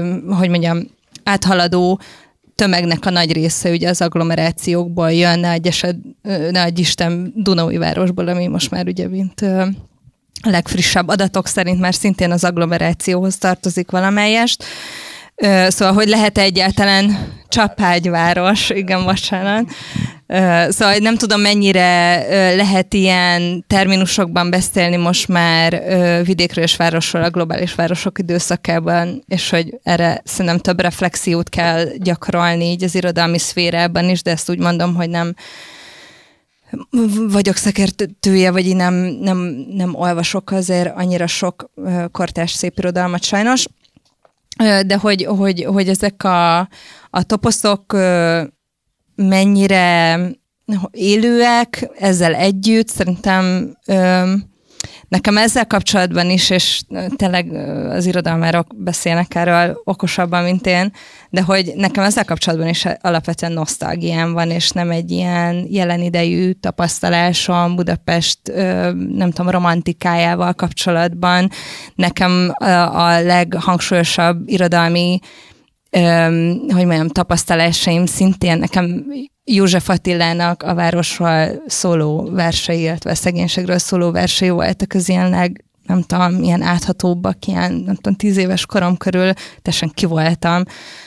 B: áthaladó tömegnek a nagy része ugye az agglomerációkból jön, ne adj Isten Dunaújvárosból, ami most már ugye mint a legfrissebb adatok szerint már szintén az agglomerációhoz tartozik valamelyest. Szóval, hogy lehet-e egyáltalán Csapágyváros, igen, bocsánat. Szóval nem tudom, mennyire lehet ilyen terminusokban beszélni most már vidékről és városról a globális városok időszakában, és hogy erre szerintem több reflexiót kell gyakorolni így az irodalmi szférában is, de ezt úgy mondom, hogy nem vagyok szakértője, vagy én nem olvasok azért annyira sok kortárs szépirodalmat sajnos, de hogy ezek a toposzok mennyire élőek ezzel együtt, szerintem nekem ezzel kapcsolatban is, és tényleg az irodalmárok beszélnek erről okosabban, mint én, de hogy nekem ezzel kapcsolatban is alapvetően nosztalgiám van, és nem egy ilyen jelen idejű tapasztalásom Budapest, nem tudom, romantikájával kapcsolatban. Nekem a leghangsúlyosabb irodalmi tapasztalásaim szintén nekem József Attilának a városról szóló versei, illetve a szegénységről szóló versei voltak az ilyen nem tudom, ilyen áthatóbbak, ilyen, nem tudom, 10 éves korom körül teljesen ki voltam.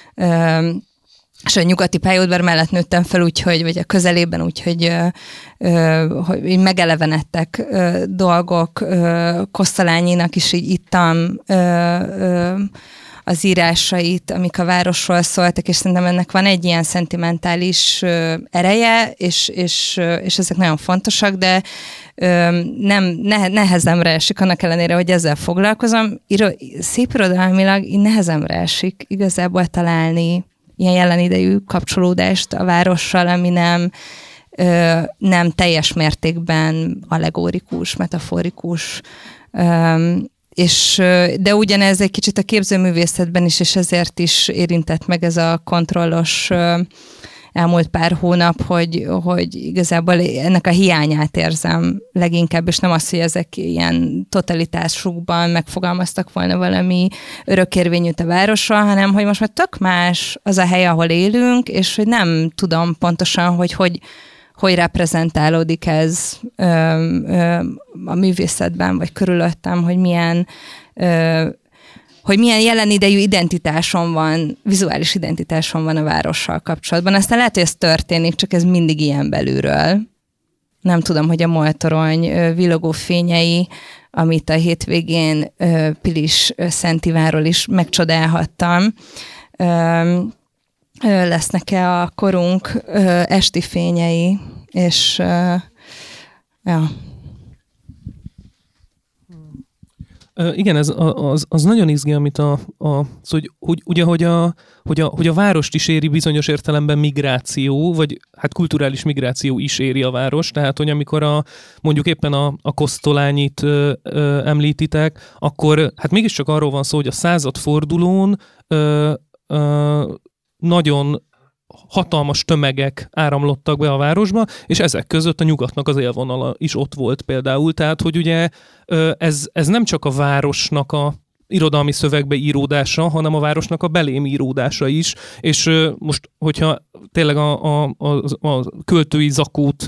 B: És a nyugati pályaudvar mellett nőttem fel, vagy a közelében, úgyhogy hogy megelevenedtek dolgok. Kosztolányinak is így ittam az írásait, amik a városról szóltak, és szerintem ennek van egy ilyen szentimentális ereje, és ezek nagyon fontosak, de nehezemre esik, annak ellenére, hogy ezzel foglalkozom. Szépirodalmilag nehezemre esik igazából találni ilyen jelen idejű kapcsolódást a várossal, ami nem teljes mértékben allegórikus, metaforikus, de ugyanez egy kicsit a képzőművészetben is, és ezért is érintett meg ez a kontrollos elmúlt pár hónap, hogy igazából ennek a hiányát érzem leginkább, és nem az, hogy ezek ilyen totalitásukban megfogalmaztak volna valami örökérvényűt a városról, hanem hogy most már tök más az a hely, ahol élünk, és hogy nem tudom pontosan, hogy reprezentálódik ez a művészetben, vagy körülöttem, hogy milyen hogy milyen jelen idejű identitásom van, vizuális identitásom van a várossal kapcsolatban. Aztán lehet, hogy ez történik, csak ez mindig ilyen belülről. Nem tudom, hogy a Moltorony villogó fényei, amit a hétvégén Pilis Szentiváról is megcsodálhattam, lesznek-e a korunk esti fényei, és ja.
D: Igen, ez az nagyon izgi, amit hogy a várost is éri bizonyos értelemben migráció, vagy hát kulturális migráció is éri a város, tehát hogy amikor mondjuk éppen a Kosztolányit említitek, akkor hát mégiscsak arról van szó, hogy a századfordulón nagyon hatalmas tömegek áramlottak be a városba, és ezek között a nyugatnak az élvonala is ott volt például. Tehát, hogy ugye ez nem csak a városnak a irodalmi szövegbe íródása, hanem a városnak a belém íródása is, és most, hogyha tényleg a költői zakót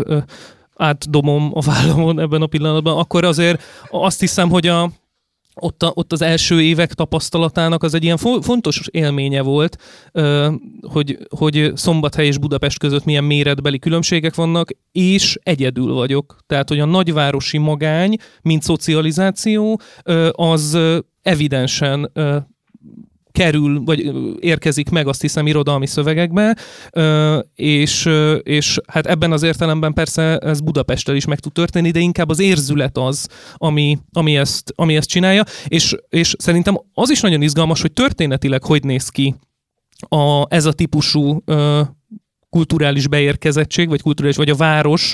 D: átdomom a vállamon ebben a pillanatban, akkor azért azt hiszem, hogy ott az első évek tapasztalatának az egy ilyen fontos élménye volt, hogy Szombathely és Budapest között milyen méretbeli különbségek vannak, és egyedül vagyok. Tehát, hogy a nagyvárosi magány, mint szocializáció, az evidensen kerül, vagy érkezik meg, azt hiszem, irodalmi szövegekbe, és hát ebben az értelemben persze ez Budapesttel is meg tud történni, de inkább az érzület az, ami ezt csinálja, és szerintem az is nagyon izgalmas, hogy történetileg hogy néz ki ez a típusú kulturális beérkezettség, vagy a város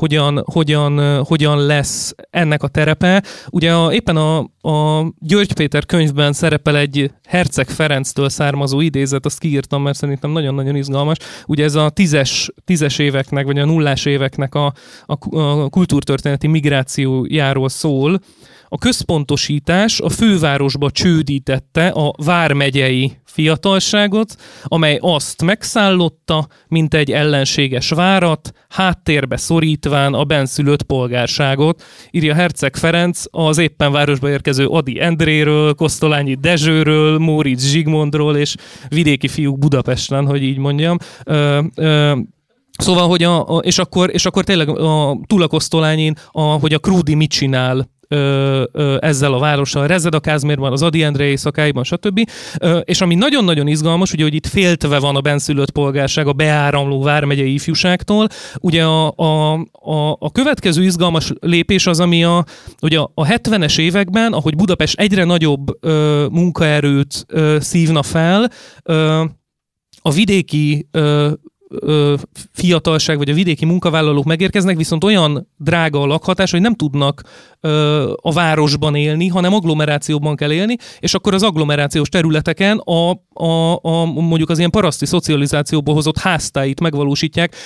D: hogyan lesz ennek a terepe. Ugye éppen a György Péter könyvben szerepel egy Herceg Ferenctől származó idézet, azt kiírtam, mert szerintem nagyon-nagyon izgalmas. Ugye ez a tízes éveknek, vagy a nullás éveknek a kultúrtörténeti migrációjáról szól. A központosítás a fővárosba csődítette a vármegyei fiatalságot, amely azt megszállotta, mint egy ellenséges várat, háttérbe szorítván a benszülött polgárságot, írja Herceg Ferenc az éppen városba érkező Ady Endréről, Kosztolányi Dezsőről, Móricz Zsigmondról és vidéki fiúk Budapesten, hogy így mondjam. Szóval, hogy és akkor tényleg túl a Kosztolányin, hogy a Krúdy mit csinál ezzel a várossal, rezed a Kázmérban, az Ady Endre éjszakáiban, stb. És ami nagyon-nagyon izgalmas, ugye, hogy itt féltve van a benszülött polgárság a beáramló vármegyei ifjúságtól. Ugye a következő izgalmas lépés az, ami ugye a 70-es években, ahogy Budapest egyre nagyobb munkaerőt szívna fel, a vidéki fiatalság, vagy a vidéki munkavállalók megérkeznek, viszont olyan drága a lakhatás, hogy nem tudnak a városban élni, hanem agglomerációban kell élni, és akkor az agglomerációs területeken mondjuk az ilyen paraszti szocializációból hozott háztáit megvalósítják,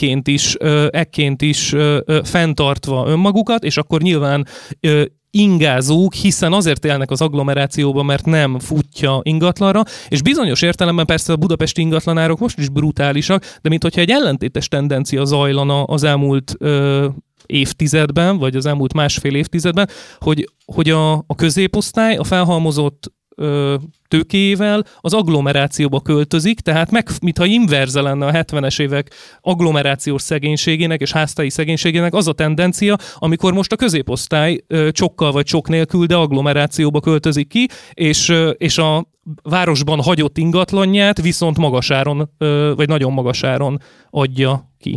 D: ekként is fenntartva önmagukat, és akkor nyilván ingázók, hiszen azért élnek az agglomerációban, mert nem futja ingatlanra, és bizonyos értelemben persze a budapesti ingatlanárok most is brutálisak, de minthogyha egy ellentétes tendencia zajlana az elmúlt évtizedben, vagy az elmúlt másfél évtizedben, hogy a középosztály a felhalmozott tőkéjével az agglomerációba költözik, tehát mintha inverze lenne a 70-es évek agglomerációs szegénységének és háztáji szegénységének az a tendencia, amikor most a középosztály csokkal vagy csok nélkül, de agglomerációba költözik ki, és a városban hagyott ingatlanját viszont magasáron, vagy nagyon magasáron adja ki.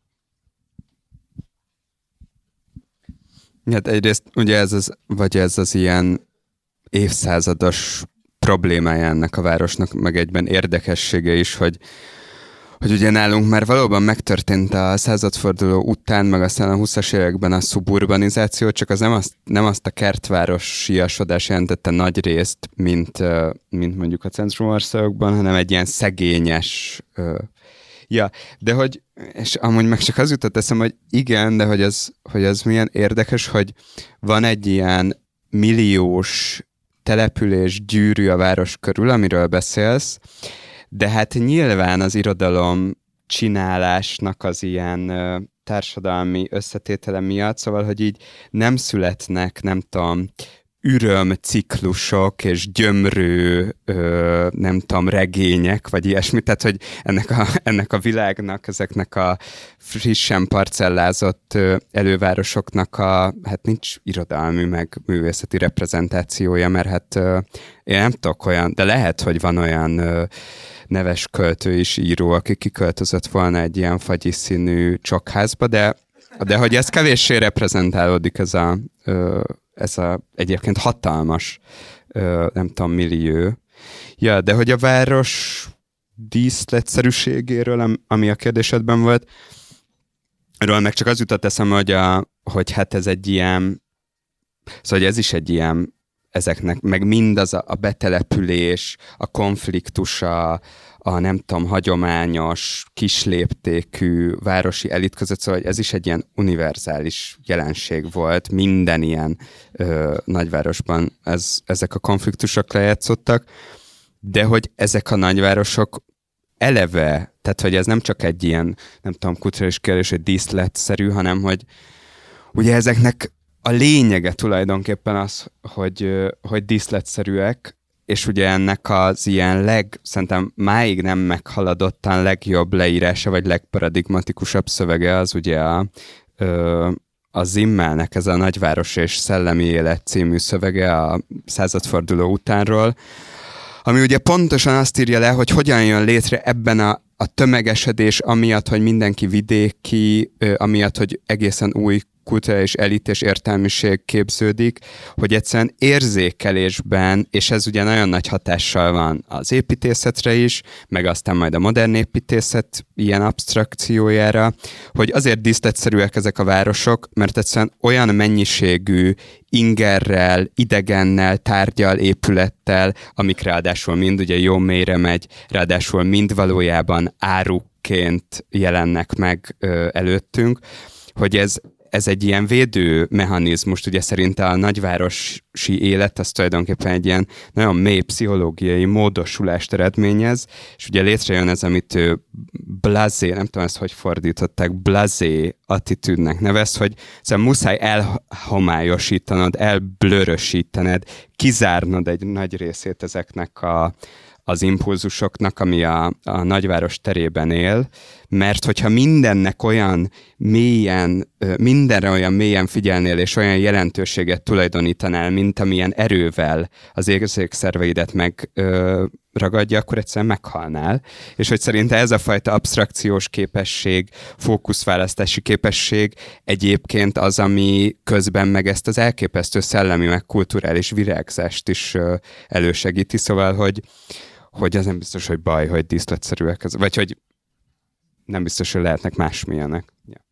C: Hát egyrészt ugye ez az ilyen évszázados problémája ennek a városnak, meg egyben érdekessége is, hogy ugye nálunk már valóban megtörtént a századforduló után, meg aztán a 20-as években a szuburbanizáció, csak az nem azt a kertvárosiasodás jelentette nagy részt, mint mondjuk a centrumországokban, hanem egy ilyen szegényes... de hogy, és amúgy meg csak az jutott eszembe, hogy igen, de hogy az milyen érdekes, hogy van egy ilyen milliós település gyűrű a város körül, amiről beszélsz, de hát nyilván az irodalom csinálásnak az ilyen társadalmi összetétele miatt, szóval, hogy így nem születnek, nem tudom, ürömciklusok és gyömrő, nem tudom, regények, vagy ilyesmi, tehát hogy ennek a világnak, ezeknek a frissen parcellázott elővárosoknak hát nincs irodalmi meg művészeti reprezentációja, mert hát én nem tudok olyan, de lehet, hogy van olyan neves költő és író, aki kiköltözött volna egy ilyen fagyiszínű csokházba, de hogy ez kevéssé reprezentálódik ez a egyébként hatalmas, nem tudom, millió. Ja, de hogy a város díszletszerűségéről, ami a kérdésedben volt, erről meg csak az jutott eszembe, hogy hát ez egy ilyen, szóval hogy ez is egy ilyen, ezeknek, meg mindaz a betelepülés, a konfliktusa, a nem tudom, hagyományos, kisléptékű városi elit között, szóval hogy ez is egy ilyen univerzális jelenség volt, minden ilyen nagyvárosban ezek a konfliktusok lejátszottak, de hogy ezek a nagyvárosok eleve, tehát hogy ez nem csak egy ilyen, nem tudom, kulturális kérdés, hogy díszletszerű, hanem hogy ugye ezeknek a lényege tulajdonképpen az, hogy díszletszerűek, és ugye ennek az ilyen szerintem máig nem meghaladottan legjobb leírása, vagy legparadigmatikusabb szövege az ugye a Zimmelnek, ez a Nagyváros és szellemi élet című szövege a századforduló utánról, ami ugye pontosan azt írja le, hogy hogyan jön létre ebben a tömegesedés, amiatt, hogy mindenki vidéki, amiatt, hogy egészen új kulturális elit és értelmiség képződik, hogy egyszerűen érzékelésben, és ez ugye nagyon nagy hatással van az építészetre is, meg aztán majd a modern építészet ilyen absztrakciójára, hogy azért díszletszerűek ezek a városok, mert egyszerűen olyan mennyiségű ingerrel, idegennel, tárgyal, épülettel, amik ráadásul mind ugye jó mélyre megy, ráadásul mind valójában árukként jelennek meg előttünk, hogy ez egy ilyen védő mechanizmus, ugye szerinte a nagyvárosi élet az tulajdonképpen egy ilyen nagyon mély pszichológiai módosulást eredményez, és ugye létrejön ez, amit blasé, nem tudom ezt hogy fordították, blasé attitűdnek nevez, hogy szóval muszáj elhomályosítanod, elblörösítened, kizárnod egy nagy részét ezeknek az impulzusoknak, ami a nagyváros terében él, mert hogyha mindennek olyan mélyen, mindenre olyan mélyen figyelnél, és olyan jelentőséget tulajdonítanál, mint amilyen erővel az érzékszerveidet megragadja, akkor egyszerűen meghalnál. És hogy szerinte ez a fajta absztrakciós képesség, fókuszválasztási képesség egyébként az, ami közben meg ezt az elképesztő szellemi, meg kulturális virágzást is elősegíti, szóval, hogy az nem biztos, hogy baj, hogy díszletszerűek, vagy hogy nem biztos, hogy lehetnek másmilyenek. Ja.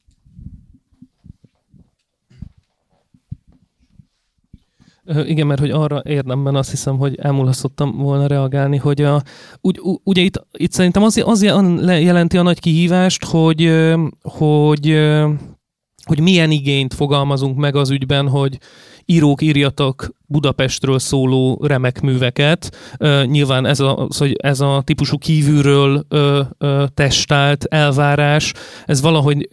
D: Igen, mert hogy arra érdemben azt hiszem, hogy elmulasztottam volna reagálni, hogy ugye itt szerintem az jelenti a nagy kihívást, hogy milyen igényt fogalmazunk meg az ügyben, hogy írók írjatok Budapestről szóló remek műveket. Nyilván ez a típusú kívülről testált elvárás, ez valahogy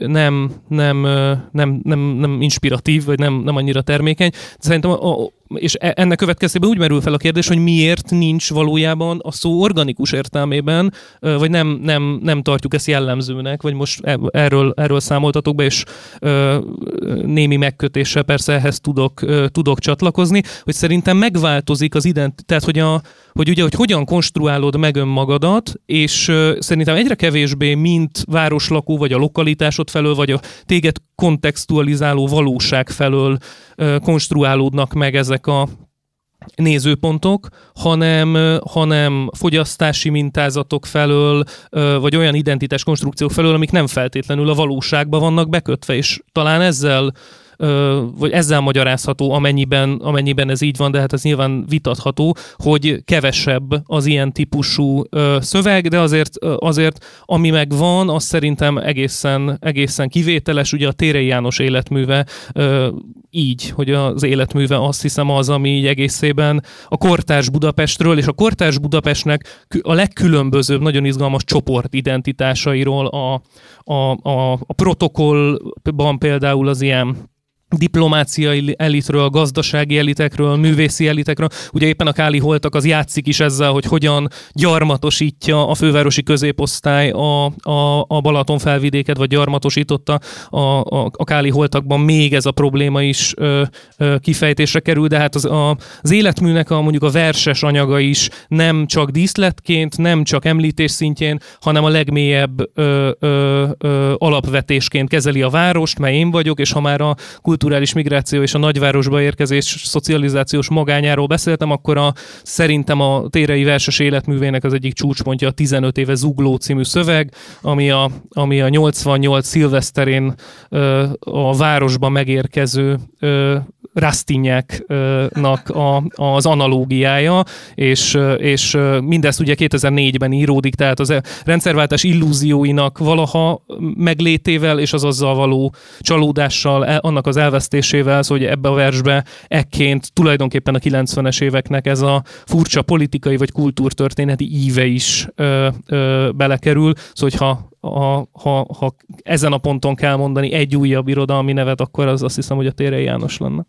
D: nem inspiratív, vagy nem annyira termékeny. Szerintem és ennek következtében úgy merül fel a kérdés, hogy miért nincs valójában a szó organikus értelmében, vagy nem tartjuk ezt jellemzőnek, vagy most erről számoltatok be, és némi megkötéssel persze ehhez tudok csatlakozni, hogy szerintem megváltozik az tehát hogy hogyan konstruálod meg önmagadat, és szerintem egyre kevésbé, mint városlakó, vagy a lokalitásod felől, vagy a téged kontextualizáló valóság felől konstruálódnak meg ezek a nézőpontok, hanem fogyasztási mintázatok felől, vagy olyan identitás konstrukciók felől, amik nem feltétlenül a valóságban vannak bekötve, és talán vagy ezzel magyarázható, amennyiben ez így van, de hát ez nyilván vitatható, hogy kevesebb az ilyen típusú szöveg, de azért ami megvan, az szerintem egészen kivételes. Ugye a Térei János életműve így, hogy az életműve azt hiszem az, ami így egészében a kortárs Budapestről, és a kortárs Budapestnek a legkülönbözőbb, nagyon izgalmas csoportidentitásairól, a protokollban például az ilyen diplomáciai elitről, gazdasági elitekről, művészi elitekről. Ugye éppen a Káli Holtak az játszik is ezzel, hogy hogyan gyarmatosítja a fővárosi középosztály a Balaton felvidéket, vagy gyarmatosította a Káli Holtakban még ez a probléma is kifejtésre kerül, de hát az életműnek mondjuk a verses anyaga is nem csak díszletként, nem csak említés szintjén, hanem a legmélyebb alapvetésként kezeli a várost, mely én vagyok, és ha már a kulturális migráció és a nagyvárosba érkezés szocializációs magányáról beszéltem, akkor szerintem a Térei verses életművének az egyik csúcspontja a 15 éve Zugló című szöveg, ami a 88 szilveszterén a városba megérkező Rastignac-nak az analógiája, és mindezt ugye 2004-ben íródik, tehát az rendszerváltás illúzióinak valaha meglétével, és az azzal való csalódással, annak az elvesztésével, hogy ebbe a versbe ekként tulajdonképpen a 90-es éveknek ez a furcsa politikai vagy kultúrtörténeti íve is belekerül, szóval ha ezen a ponton kell mondani egy újabb irodalmi nevet, akkor az azt hiszem, hogy a Térei János lenne.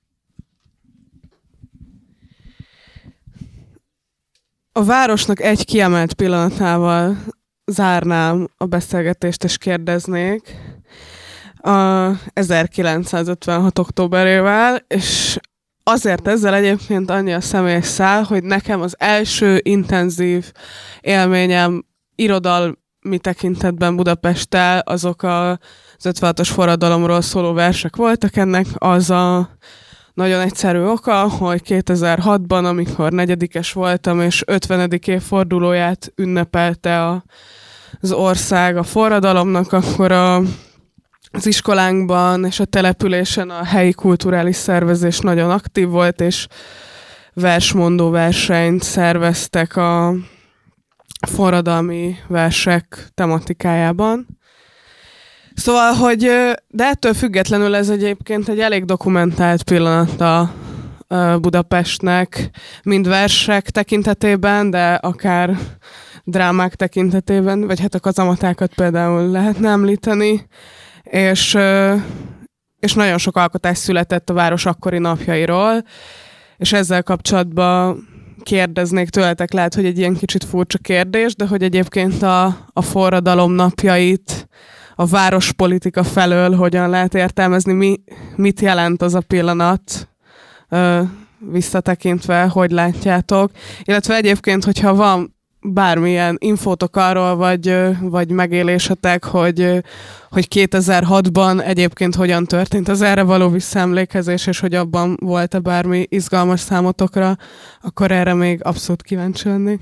A: A városnak egy kiemelt pillanatával zárnám a beszélgetést, és kérdeznék a 1956. októberével, és azért ezzel egyébként annyi a személyes szál, hogy nekem az első intenzív élményem irodalmi tekintetben Budapesttel azok az 56-os forradalomról szóló versek voltak. Ennek az a nagyon egyszerű oka, hogy 2006-ban, amikor negyedikes voltam, és 50. évfordulóját ünnepelte az ország a forradalomnak, akkor az iskolánkban és a településen a helyi kulturális szervezés nagyon aktív volt, és versmondó versenyt szerveztek a forradalmi versek tematikájában. Szóval, de ettől függetlenül ez egyébként egy elég dokumentált pillanat a Budapestnek, mind versek tekintetében, de akár drámák tekintetében, vagy hát a kazamatákat például lehetne említeni, és nagyon sok alkotás született a város akkori napjairól, és ezzel kapcsolatban kérdeznék tőletek, lehet, hogy egy ilyen kicsit furcsa kérdés, de hogy egyébként a forradalom napjait a várospolitika felől hogyan lehet értelmezni, mit jelent az a pillanat visszatekintve, hogy látjátok. Illetve egyébként, hogyha van bármilyen infótok arról, vagy megélésetek, hogy 2006-ban egyébként hogyan történt az erre való visszaemlékezés, és hogy abban volt-e bármi izgalmas számotokra, akkor erre még abszolút kíváncsi lennék.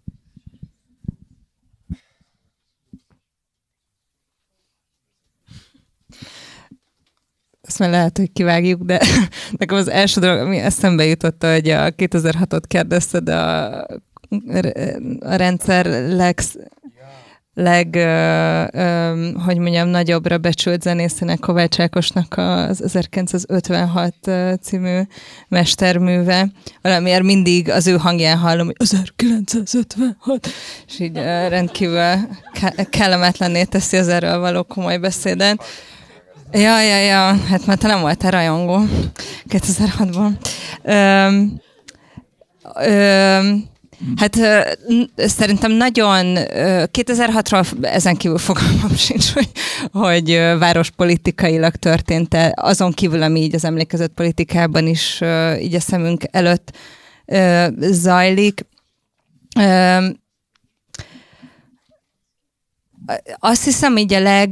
B: Ezt már lehet, hogy kivágjuk, de nekem az első dolog, ami eszembe jutott, hogy a 2006-ot kérdezted, a rendszer hogy mondjam, nagyobbra becsült zenészének, Kovács Ákosnak az 1956 című mesterműve. Valamiért mindig az ő hangján hallom, hogy 1956, és így rendkívül kellemetlenné teszi az erről való komoly beszédet. Ja, hát már te nem voltál rajongó 2006-ban. Hát szerintem nagyon 2006-ról ezen kívül fogalmam sincs, hogy várospolitikailag történt-e, azon kívül, ami így az emlékezett politikában is így a szemünk előtt zajlik. Azt hiszem, így a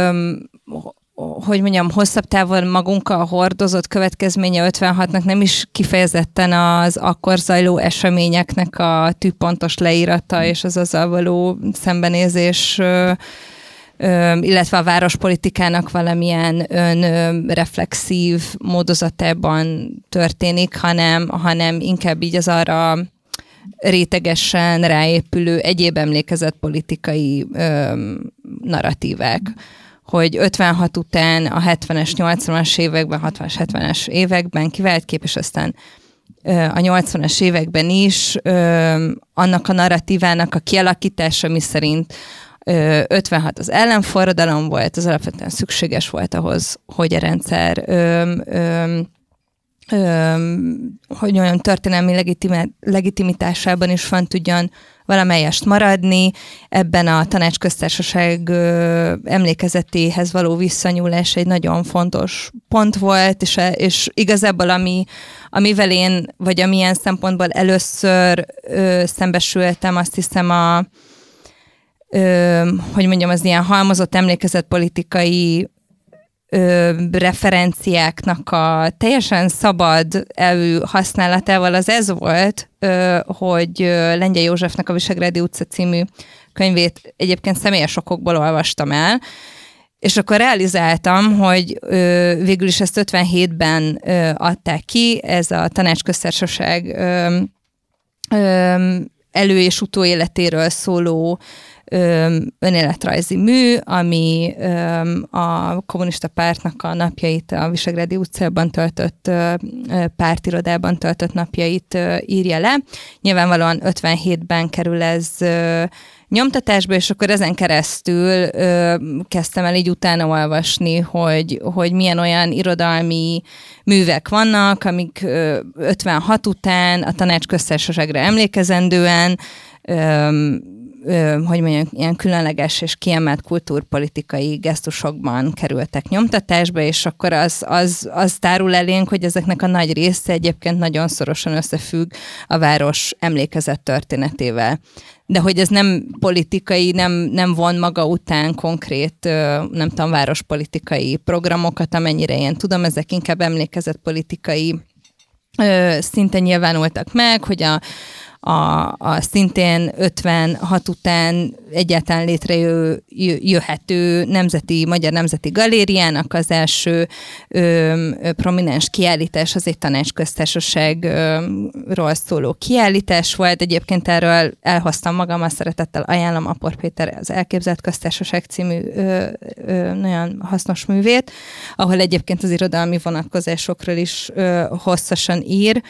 B: hogy mondjam, hosszabb távon magunkkal hordozott következménye 56-nak nem is kifejezetten az akkor zajló eseményeknek a tűpontos leírata és az azzal való szembenézés, illetve a várospolitikának valamilyen önreflexív módozatában történik, hanem inkább így az arra rétegesen ráépülő egyéb emlékezett politikai narratívák, hogy 56 után a 70-es, 80-as években, 60-as, 70-es években kivált kép, és aztán a 80-as években is annak a narratívának a kialakítása, mi szerint 56 az ellenforradalom volt, az alapvetően szükséges volt ahhoz, hogy a rendszer hogy olyan történelmi legitimitásában is fent tudjon valamelyest maradni. Ebben a tanácsköztársaság emlékezetéhez való visszanyúlás egy nagyon fontos pont volt, és igazából amivel én, vagy amilyen szempontból először szembesültem, azt hiszem hogy mondjam, az ilyen halmozott emlékezetpolitikai referenciáknak a teljesen szabad elvű használatával az ez volt, hogy Lengyel Józsefnek a Visegrádi utca című könyvét egyébként személyes okokból olvastam el, és akkor realizáltam, hogy végül is ezt 57-ben adták ki, ez a Tanácsköztársaság elő- és utóéletéről szóló önéletrajzi mű, ami a kommunista pártnak a napjait, a Visegrádi utcában töltött pártirodában töltött napjait írja le. Nyilvánvalóan 57-ben kerül ez nyomtatásba, és akkor ezen keresztül kezdtem el így utána olvasni, hogy milyen olyan irodalmi művek vannak, amik 56 után a Tanácsköztársaságra emlékezendően hogy mondjam, ilyen különleges és kiemelt kultúrpolitikai gesztusokban kerültek nyomtatásba, és akkor az tárul elénk, hogy ezeknek a nagy része egyébként nagyon szorosan összefügg a város emlékezet történetével. De hogy ez nem politikai, nem von maga után konkrét, nem tudom, várospolitikai programokat, amennyire én tudom, ezek inkább emlékezetpolitikai szinten nyilvánultak meg, hogy a szintén 56 után egyáltalán létrejöhető Magyar Nemzeti Galériának az első prominens kiállítás, az egy tanácsköztársaságról szóló kiállítás volt. Egyébként erről elhoztam magammal, szeretettel ajánlom Apor Péter az Elképzelt Köztársaság című nagyon hasznos művét, ahol egyébként az irodalmi vonatkozásokról is hosszasan ír.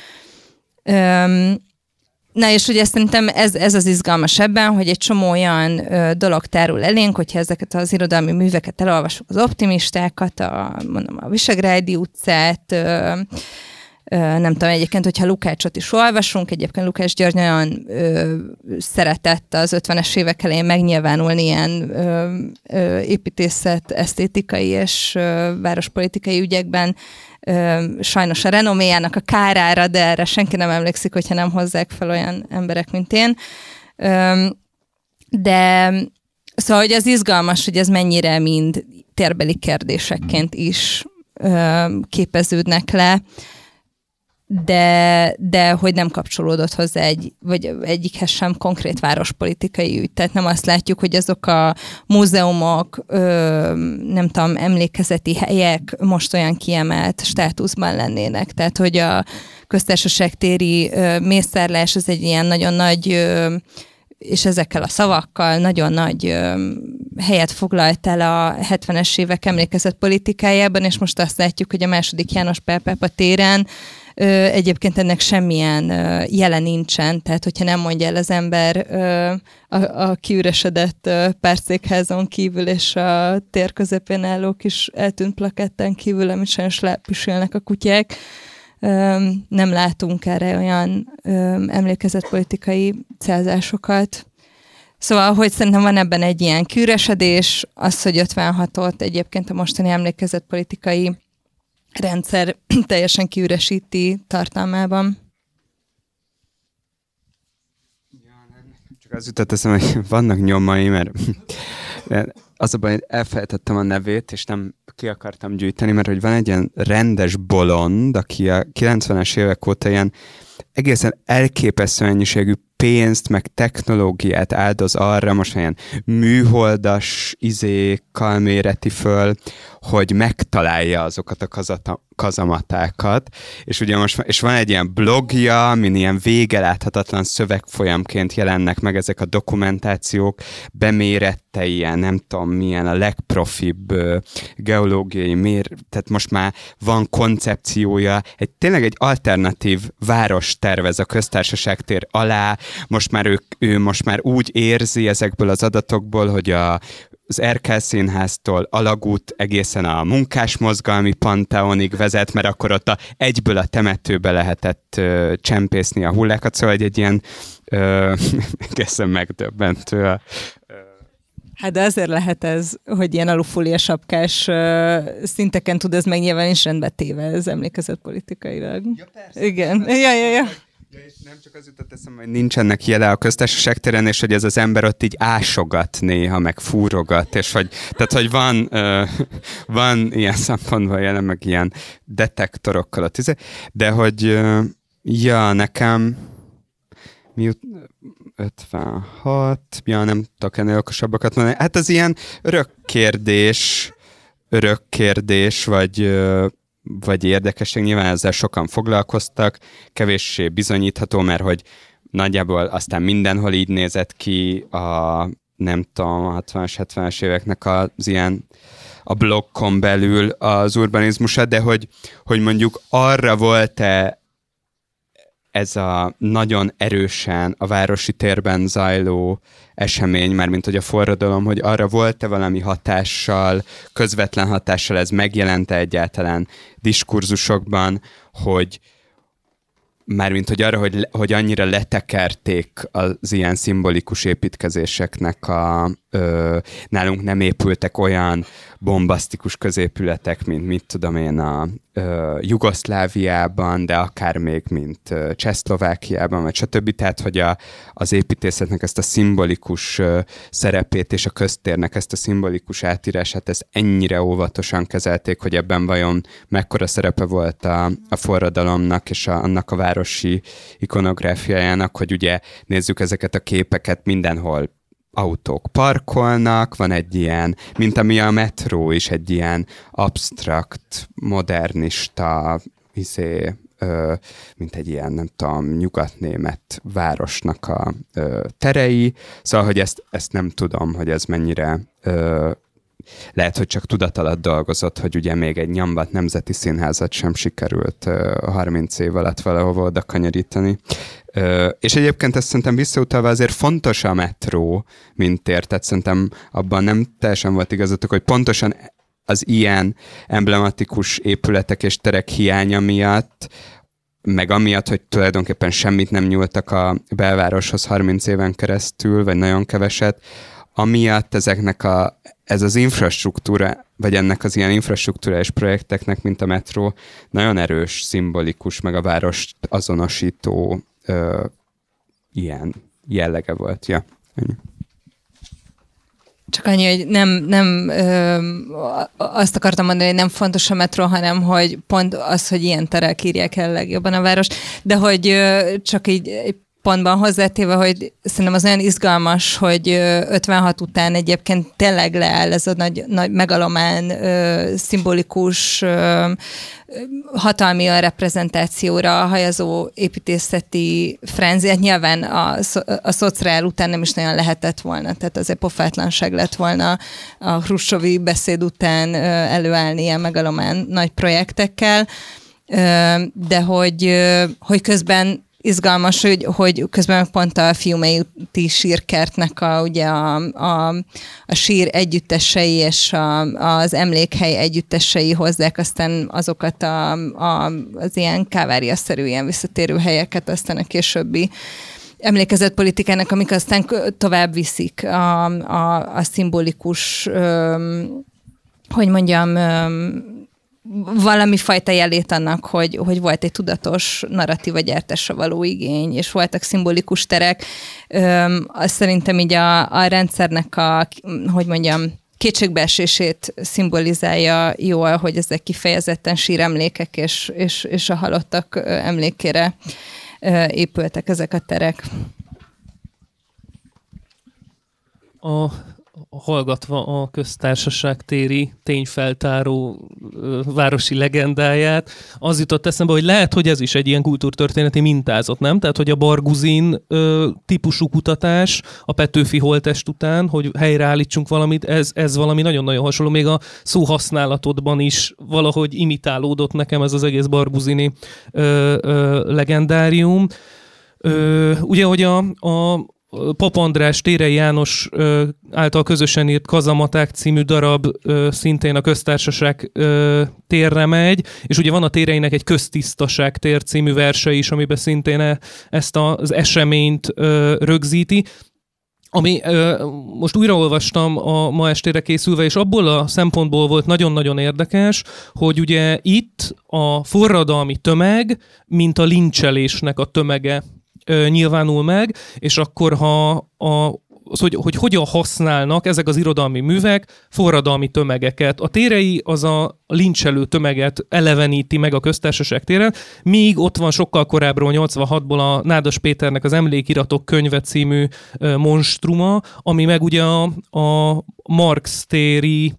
B: Na és ugye szerintem ez az izgalmas ebben, hogy egy csomó olyan dolog tárul elénk, hogyha ezeket az irodalmi műveket elolvasjuk, az optimistákat, a Visegrádi utcát, nem tudom, egyébként, hogyha Lukácsot is olvasunk, egyébként Lukács György nagyon szeretett az 50-es évek elején megnyilvánulni ilyen építészet, esztétikai és várospolitikai ügyekben, sajnos a renoméjának a kárára, de erre senki nem emlékszik, hogyha nem hozzák fel olyan emberek, mint én. De szóval, hogy az izgalmas, hogy ez mennyire mind térbeli kérdésekként is képeződnek le, de hogy nem kapcsolódott hozzá vagy egyikhez sem konkrét várospolitikai ügy. Tehát nem azt látjuk, hogy azok a múzeumok, nem tudom, emlékezeti helyek most olyan kiemelt státuszban lennének. Tehát, hogy a köztársaságtéri mészárlás az egy ilyen nagyon nagy, és ezekkel a szavakkal nagyon nagy helyet foglalt el a 70-es évek emlékezetpolitikájában, és most azt látjuk, hogy a II. János Pál pápa téren egyébként ennek semmilyen jele nincsen, tehát hogyha nem mondja el az ember a kiüresedett pártszékházon kívül és a tér közepén álló kis eltűnt plaketten kívül, amit sajnos lepüsülnek a kutyák, nem látunk erre olyan emlékezetpolitikai célzásokat. Szóval, hogy szerintem van ebben egy ilyen kiüresedés, az, hogy 56-ot egyébként a mostani emlékezetpolitikai rendszer teljesen kiüresíti tartalmában.
C: Csak az jutott eszembe, hogy vannak nyomai, mert az a baj, hogy elfelejtettem a nevét, és nem ki akartam gyűjteni, mert hogy van egy ilyen rendes bolond, aki a 90-es évek óta ilyen egészen elképesztő mennyiségű pénzt, meg technológiát áldoz arra, most ilyen műholdas izékkal méreti föl, hogy megtalálja azokat a kazamatákat, és ugye most és van egy ilyen blogja, amin ilyen végeláthatatlan szövegfolyamként jelennek meg ezek a dokumentációk, bemérette ilyen, nem tudom milyen, a legprofibb geológiai tehát most már van koncepciója, tényleg egy alternatív város tervez a Köztársaság tér alá, ő most már úgy érzi ezekből az adatokból, hogy az Erkel Színháztól Alagút egészen a Munkásmozgalmi Panteonig vezet, mert akkor ott egyből a temetőbe lehetett csempészni a hullákat, szóval egy ilyen egészen megdöbbentő.
B: Hát de azért lehet ez, hogy ilyen alufólia sapkás szinteken tud ez megnyilván is rendbe téve, ez emlékezett politikailag.
C: Ja, persze.
B: Igen.
C: Persze.
B: Ja.
C: Ja, és nem csak az jutott eszembe, hogy nincsenek jele a köztársaság téren, és hogy ez az ember ott így ásogat néha, meg fúrogat, és hogy van ilyen szempontból jelen, meg ilyen detektorokkal a de hogy nekem 56, nem tudok ennél okosabbakat mondani. Hát az ilyen örök kérdés, vagy érdekesség, nyilván ezzel sokan foglalkoztak, kevéssé bizonyítható, mert hogy nagyjából aztán mindenhol így nézett ki nem tudom, 60-as, 70-es éveknek az ilyen a blokkon belül az urbanizmusa, de hogy mondjuk arra volt-e ez a nagyon erősen a városi térben zajló esemény, mármint hogy a forradalom, hogy arra volt-e valami hatással, közvetlen hatással, ez megjelent-e egyáltalán diskurzusokban, hogy mármint hogy arra, hogy annyira letekerték az ilyen szimbolikus építkezéseknek nálunk nem épültek olyan bombasztikus középületek, mint mit tudom én a Jugoszláviában, de akár még mint Csehszlovákiában, vagy stb. Tehát, hogy az építészetnek ezt a szimbolikus szerepét és a köztérnek ezt a szimbolikus átírását, ezt ennyire óvatosan kezelték, hogy ebben vajon mekkora szerepe volt a forradalomnak és annak a városi ikonográfiájának, hogy ugye nézzük ezeket a képeket, mindenhol autók parkolnak, van egy ilyen, mint ami a metró is, egy ilyen absztrakt, modernista, mint egy ilyen, nem tudom, nyugatnémet városnak a terei. Szóval, hogy ezt nem tudom, hogy ez mennyire lehet, hogy csak tudat alatt dolgozott, hogy ugye még egy Nyambat Nemzeti Színházat sem sikerült 30 év alatt valahova oda kanyarítani. És egyébként ezt szerintem visszautalva azért fontos a metró, mint tér, tehát szerintem abban nem teljesen volt igazatok, hogy pontosan az ilyen emblematikus épületek és terek hiánya miatt, meg amiatt, hogy tulajdonképpen semmit nem nyúltak a belvároshoz 30 éven keresztül, vagy nagyon keveset, amiatt ez az infrastruktúra, vagy ennek az ilyen infrastruktúrális projekteknek, mint a metró, nagyon erős, szimbolikus, meg a várost azonosító ilyen jellege volt. Ja.
B: Csak annyi, hogy nem azt akartam mondani, hogy nem fontos a metró, hanem hogy pont az, hogy ilyen terek írják el legjobban a város, de hogy csak így egy pontban hozzátéve, hogy szerintem az olyan izgalmas, hogy 56 után egyébként tényleg leáll ez a nagy megalomán, szimbolikus, hatalmi reprezentációra hajazó építészeti frenzi. Hát nyilván a szociál után nem is nagyon lehetett volna, tehát azért pofátlanság lett volna a Hruscsovi beszéd után előállni ilyen megalomán nagy projektekkel, de hogy közben izgalmas, hogy közben pont a Fiumei úti sírkertnek ugye a sír együttesei és az emlékhely együttesei hozzák aztán azokat az ilyen káváriaszerű ilyen visszatérő helyeket aztán a későbbi emlékezetpolitikának, amik aztán tovább viszik a szimbolikus, hogy mondjam, valami fajta jelét annak, hogy volt egy tudatos narratíva gyártásra való igény, és voltak szimbolikus terek. Azt szerintem így a rendszernek hogy mondjam, kétségbeesését szimbolizálja jól, hogy ezek kifejezetten síremlékek és a halottak emlékére épültek ezek a terek.
D: Hallgatva a köztársaság téri tényfeltáró városi legendáját, az jutott eszembe, hogy lehet, hogy ez is egy ilyen kultúrtörténeti mintázat, nem? Tehát, hogy a Barguzin típusú kutatás a Petőfi holttest után, hogy helyreállítsunk valamit, ez valami nagyon-nagyon hasonló. Még a szóhasználatodban is valahogy imitálódott nekem ez az egész barguzini legendárium. Ugye, hogy a Pap András, Térei János által közösen írt Kazamaták című darab szintén a Köztársaság térre megy, és ugye van a Téreinek egy Köztisztaság tér című verse is, amiben szintén ezt az eseményt rögzíti. Ami most újraolvastam a ma estére készülve, és abból a szempontból volt nagyon-nagyon érdekes, hogy ugye itt a forradalmi tömeg, mint a lincselésnek a tömege nyilvánul meg, és akkor hogy hogyan használnak ezek az irodalmi művek forradalmi tömegeket. A Térei az a lincselő tömeget eleveníti meg a Köztársaság téren, míg ott van sokkal korábbról, 86-ból a Nádas Péternek az Emlékiratok könyve című monstruma, ami meg ugye a Marx téri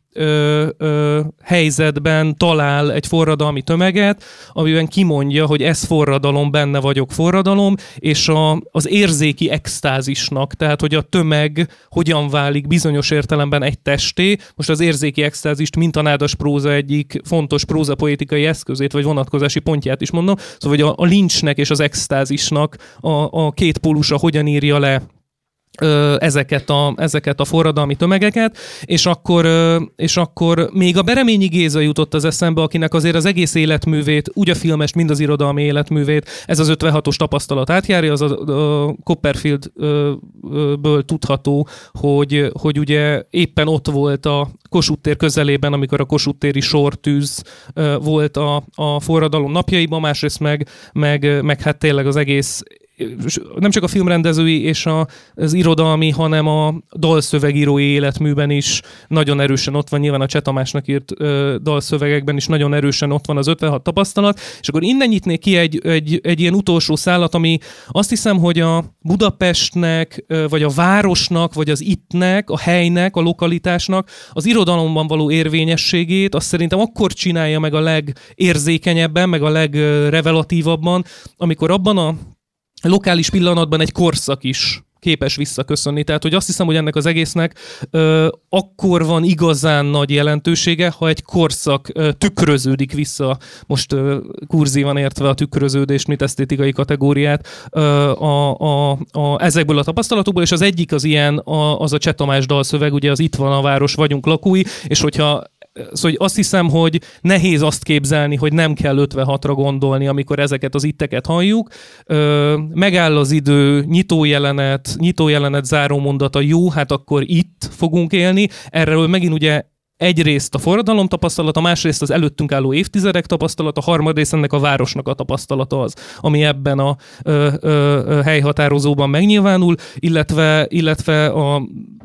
D: helyzetben talál egy forradalmi tömeget, amiben kimondja, hogy ez forradalom, benne vagyok forradalom, és az érzéki extázisnak, tehát hogy a tömeg hogyan válik bizonyos értelemben egy testé. Most az érzéki extázist, mint a nádas próza egyik fontos prózapoetikai eszközét, vagy vonatkozási pontját is mondom, szóval hogy a lincsnek és az extázisnak a két pólusa hogyan írja le ezeket a forradalmi tömegeket, és akkor még a Bereményi Géza jutott az eszembe, akinek azért az egész életművét, úgy a filmes, mind az irodalmi életművét, ez az 56-os tapasztalat átjárja, az a Copperfieldből tudható, hogy ugye éppen ott volt a Kossuth tér közelében, amikor a Kossuth téri sortűz volt a forradalom napjaiban, másrészt meg hát tényleg az egész, nem csak a filmrendezői és az irodalmi, hanem a dalszövegírói életműben is nagyon erősen ott van, nyilván a Cseh Tamásnak írt dalszövegekben is nagyon erősen ott van az 56 tapasztalat, és akkor innen nyitnék ki egy ilyen utolsó szállat, ami azt hiszem, hogy a Budapestnek, vagy a városnak, vagy az ittnek, a helynek, a lokalitásnak az irodalomban való érvényességét, azt szerintem akkor csinálja meg a legérzékenyebben, meg a legrevelatívabban, amikor abban a lokális pillanatban egy korszak is képes visszaköszönni. Tehát, hogy azt hiszem, hogy ennek az egésznek akkor van igazán nagy jelentősége, ha egy korszak tükröződik vissza, most kurzívan értve a tükröződést, mint esztétikai kategóriát, ezekből a tapasztalatokból, és az egyik az ilyen, az a Cseh Tamás dalszöveg, ugye az Itt van a város, vagyunk lakói, és hogyha szóval azt hiszem, hogy nehéz azt képzelni, hogy nem kell 56-ra gondolni, amikor ezeket az itteket halljuk. Megáll az idő, nyitójelenet, zárómondata, jó, hát akkor itt fogunk élni. Erről megint ugye egyrészt a forradalom tapasztalata, másrészt az előttünk álló évtizedek tapasztalata, harmadrészt ennek a városnak a tapasztalata az, ami ebben a helyhatározóban megnyilvánul, illetve a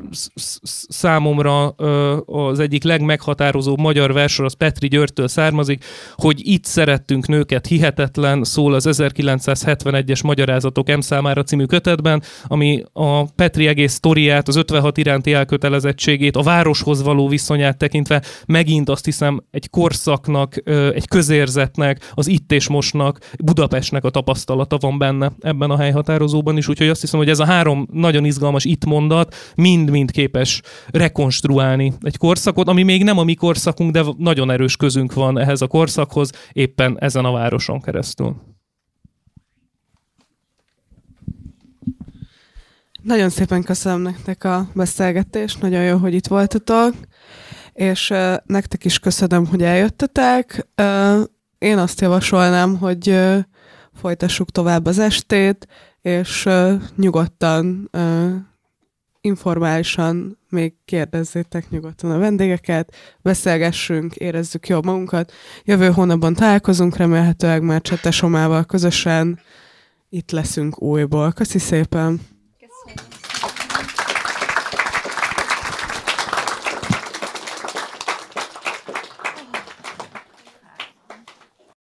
D: számomra az egyik legmeghatározóbb magyar verssor az Petri Györgytől származik, hogy itt szerettünk nőket, hihetetlen, szól az 1971-es Magyarázatok M számára című kötetben, ami a Petri egész sztoriát, az 56 iránti elkötelezettségét, a városhoz való viszonyát tekintve megint azt hiszem egy korszaknak, egy közérzetnek, az itt és mostnak, Budapestnek a tapasztalata van benne ebben a helyhatározóban is, úgyhogy azt hiszem, hogy ez a három nagyon izgalmas itt mondat mind képes rekonstruálni egy korszakot, ami még nem a mi korszakunk, de nagyon erős közünk van ehhez a korszakhoz, éppen ezen a városon keresztül.
A: Nagyon szépen köszönöm nektek a beszélgetést, nagyon jó, hogy itt voltatok, és nektek is köszönöm, hogy eljöttetek. Én azt javasolnám, hogy folytassuk tovább az estét, és nyugodtan, informálisan még kérdezzétek nyugodtan a vendégeket, beszélgessünk, érezzük jól magunkat. Jövő hónapban találkozunk, remélhetőleg már Csete Somával közösen itt leszünk újból. Köszi szépen!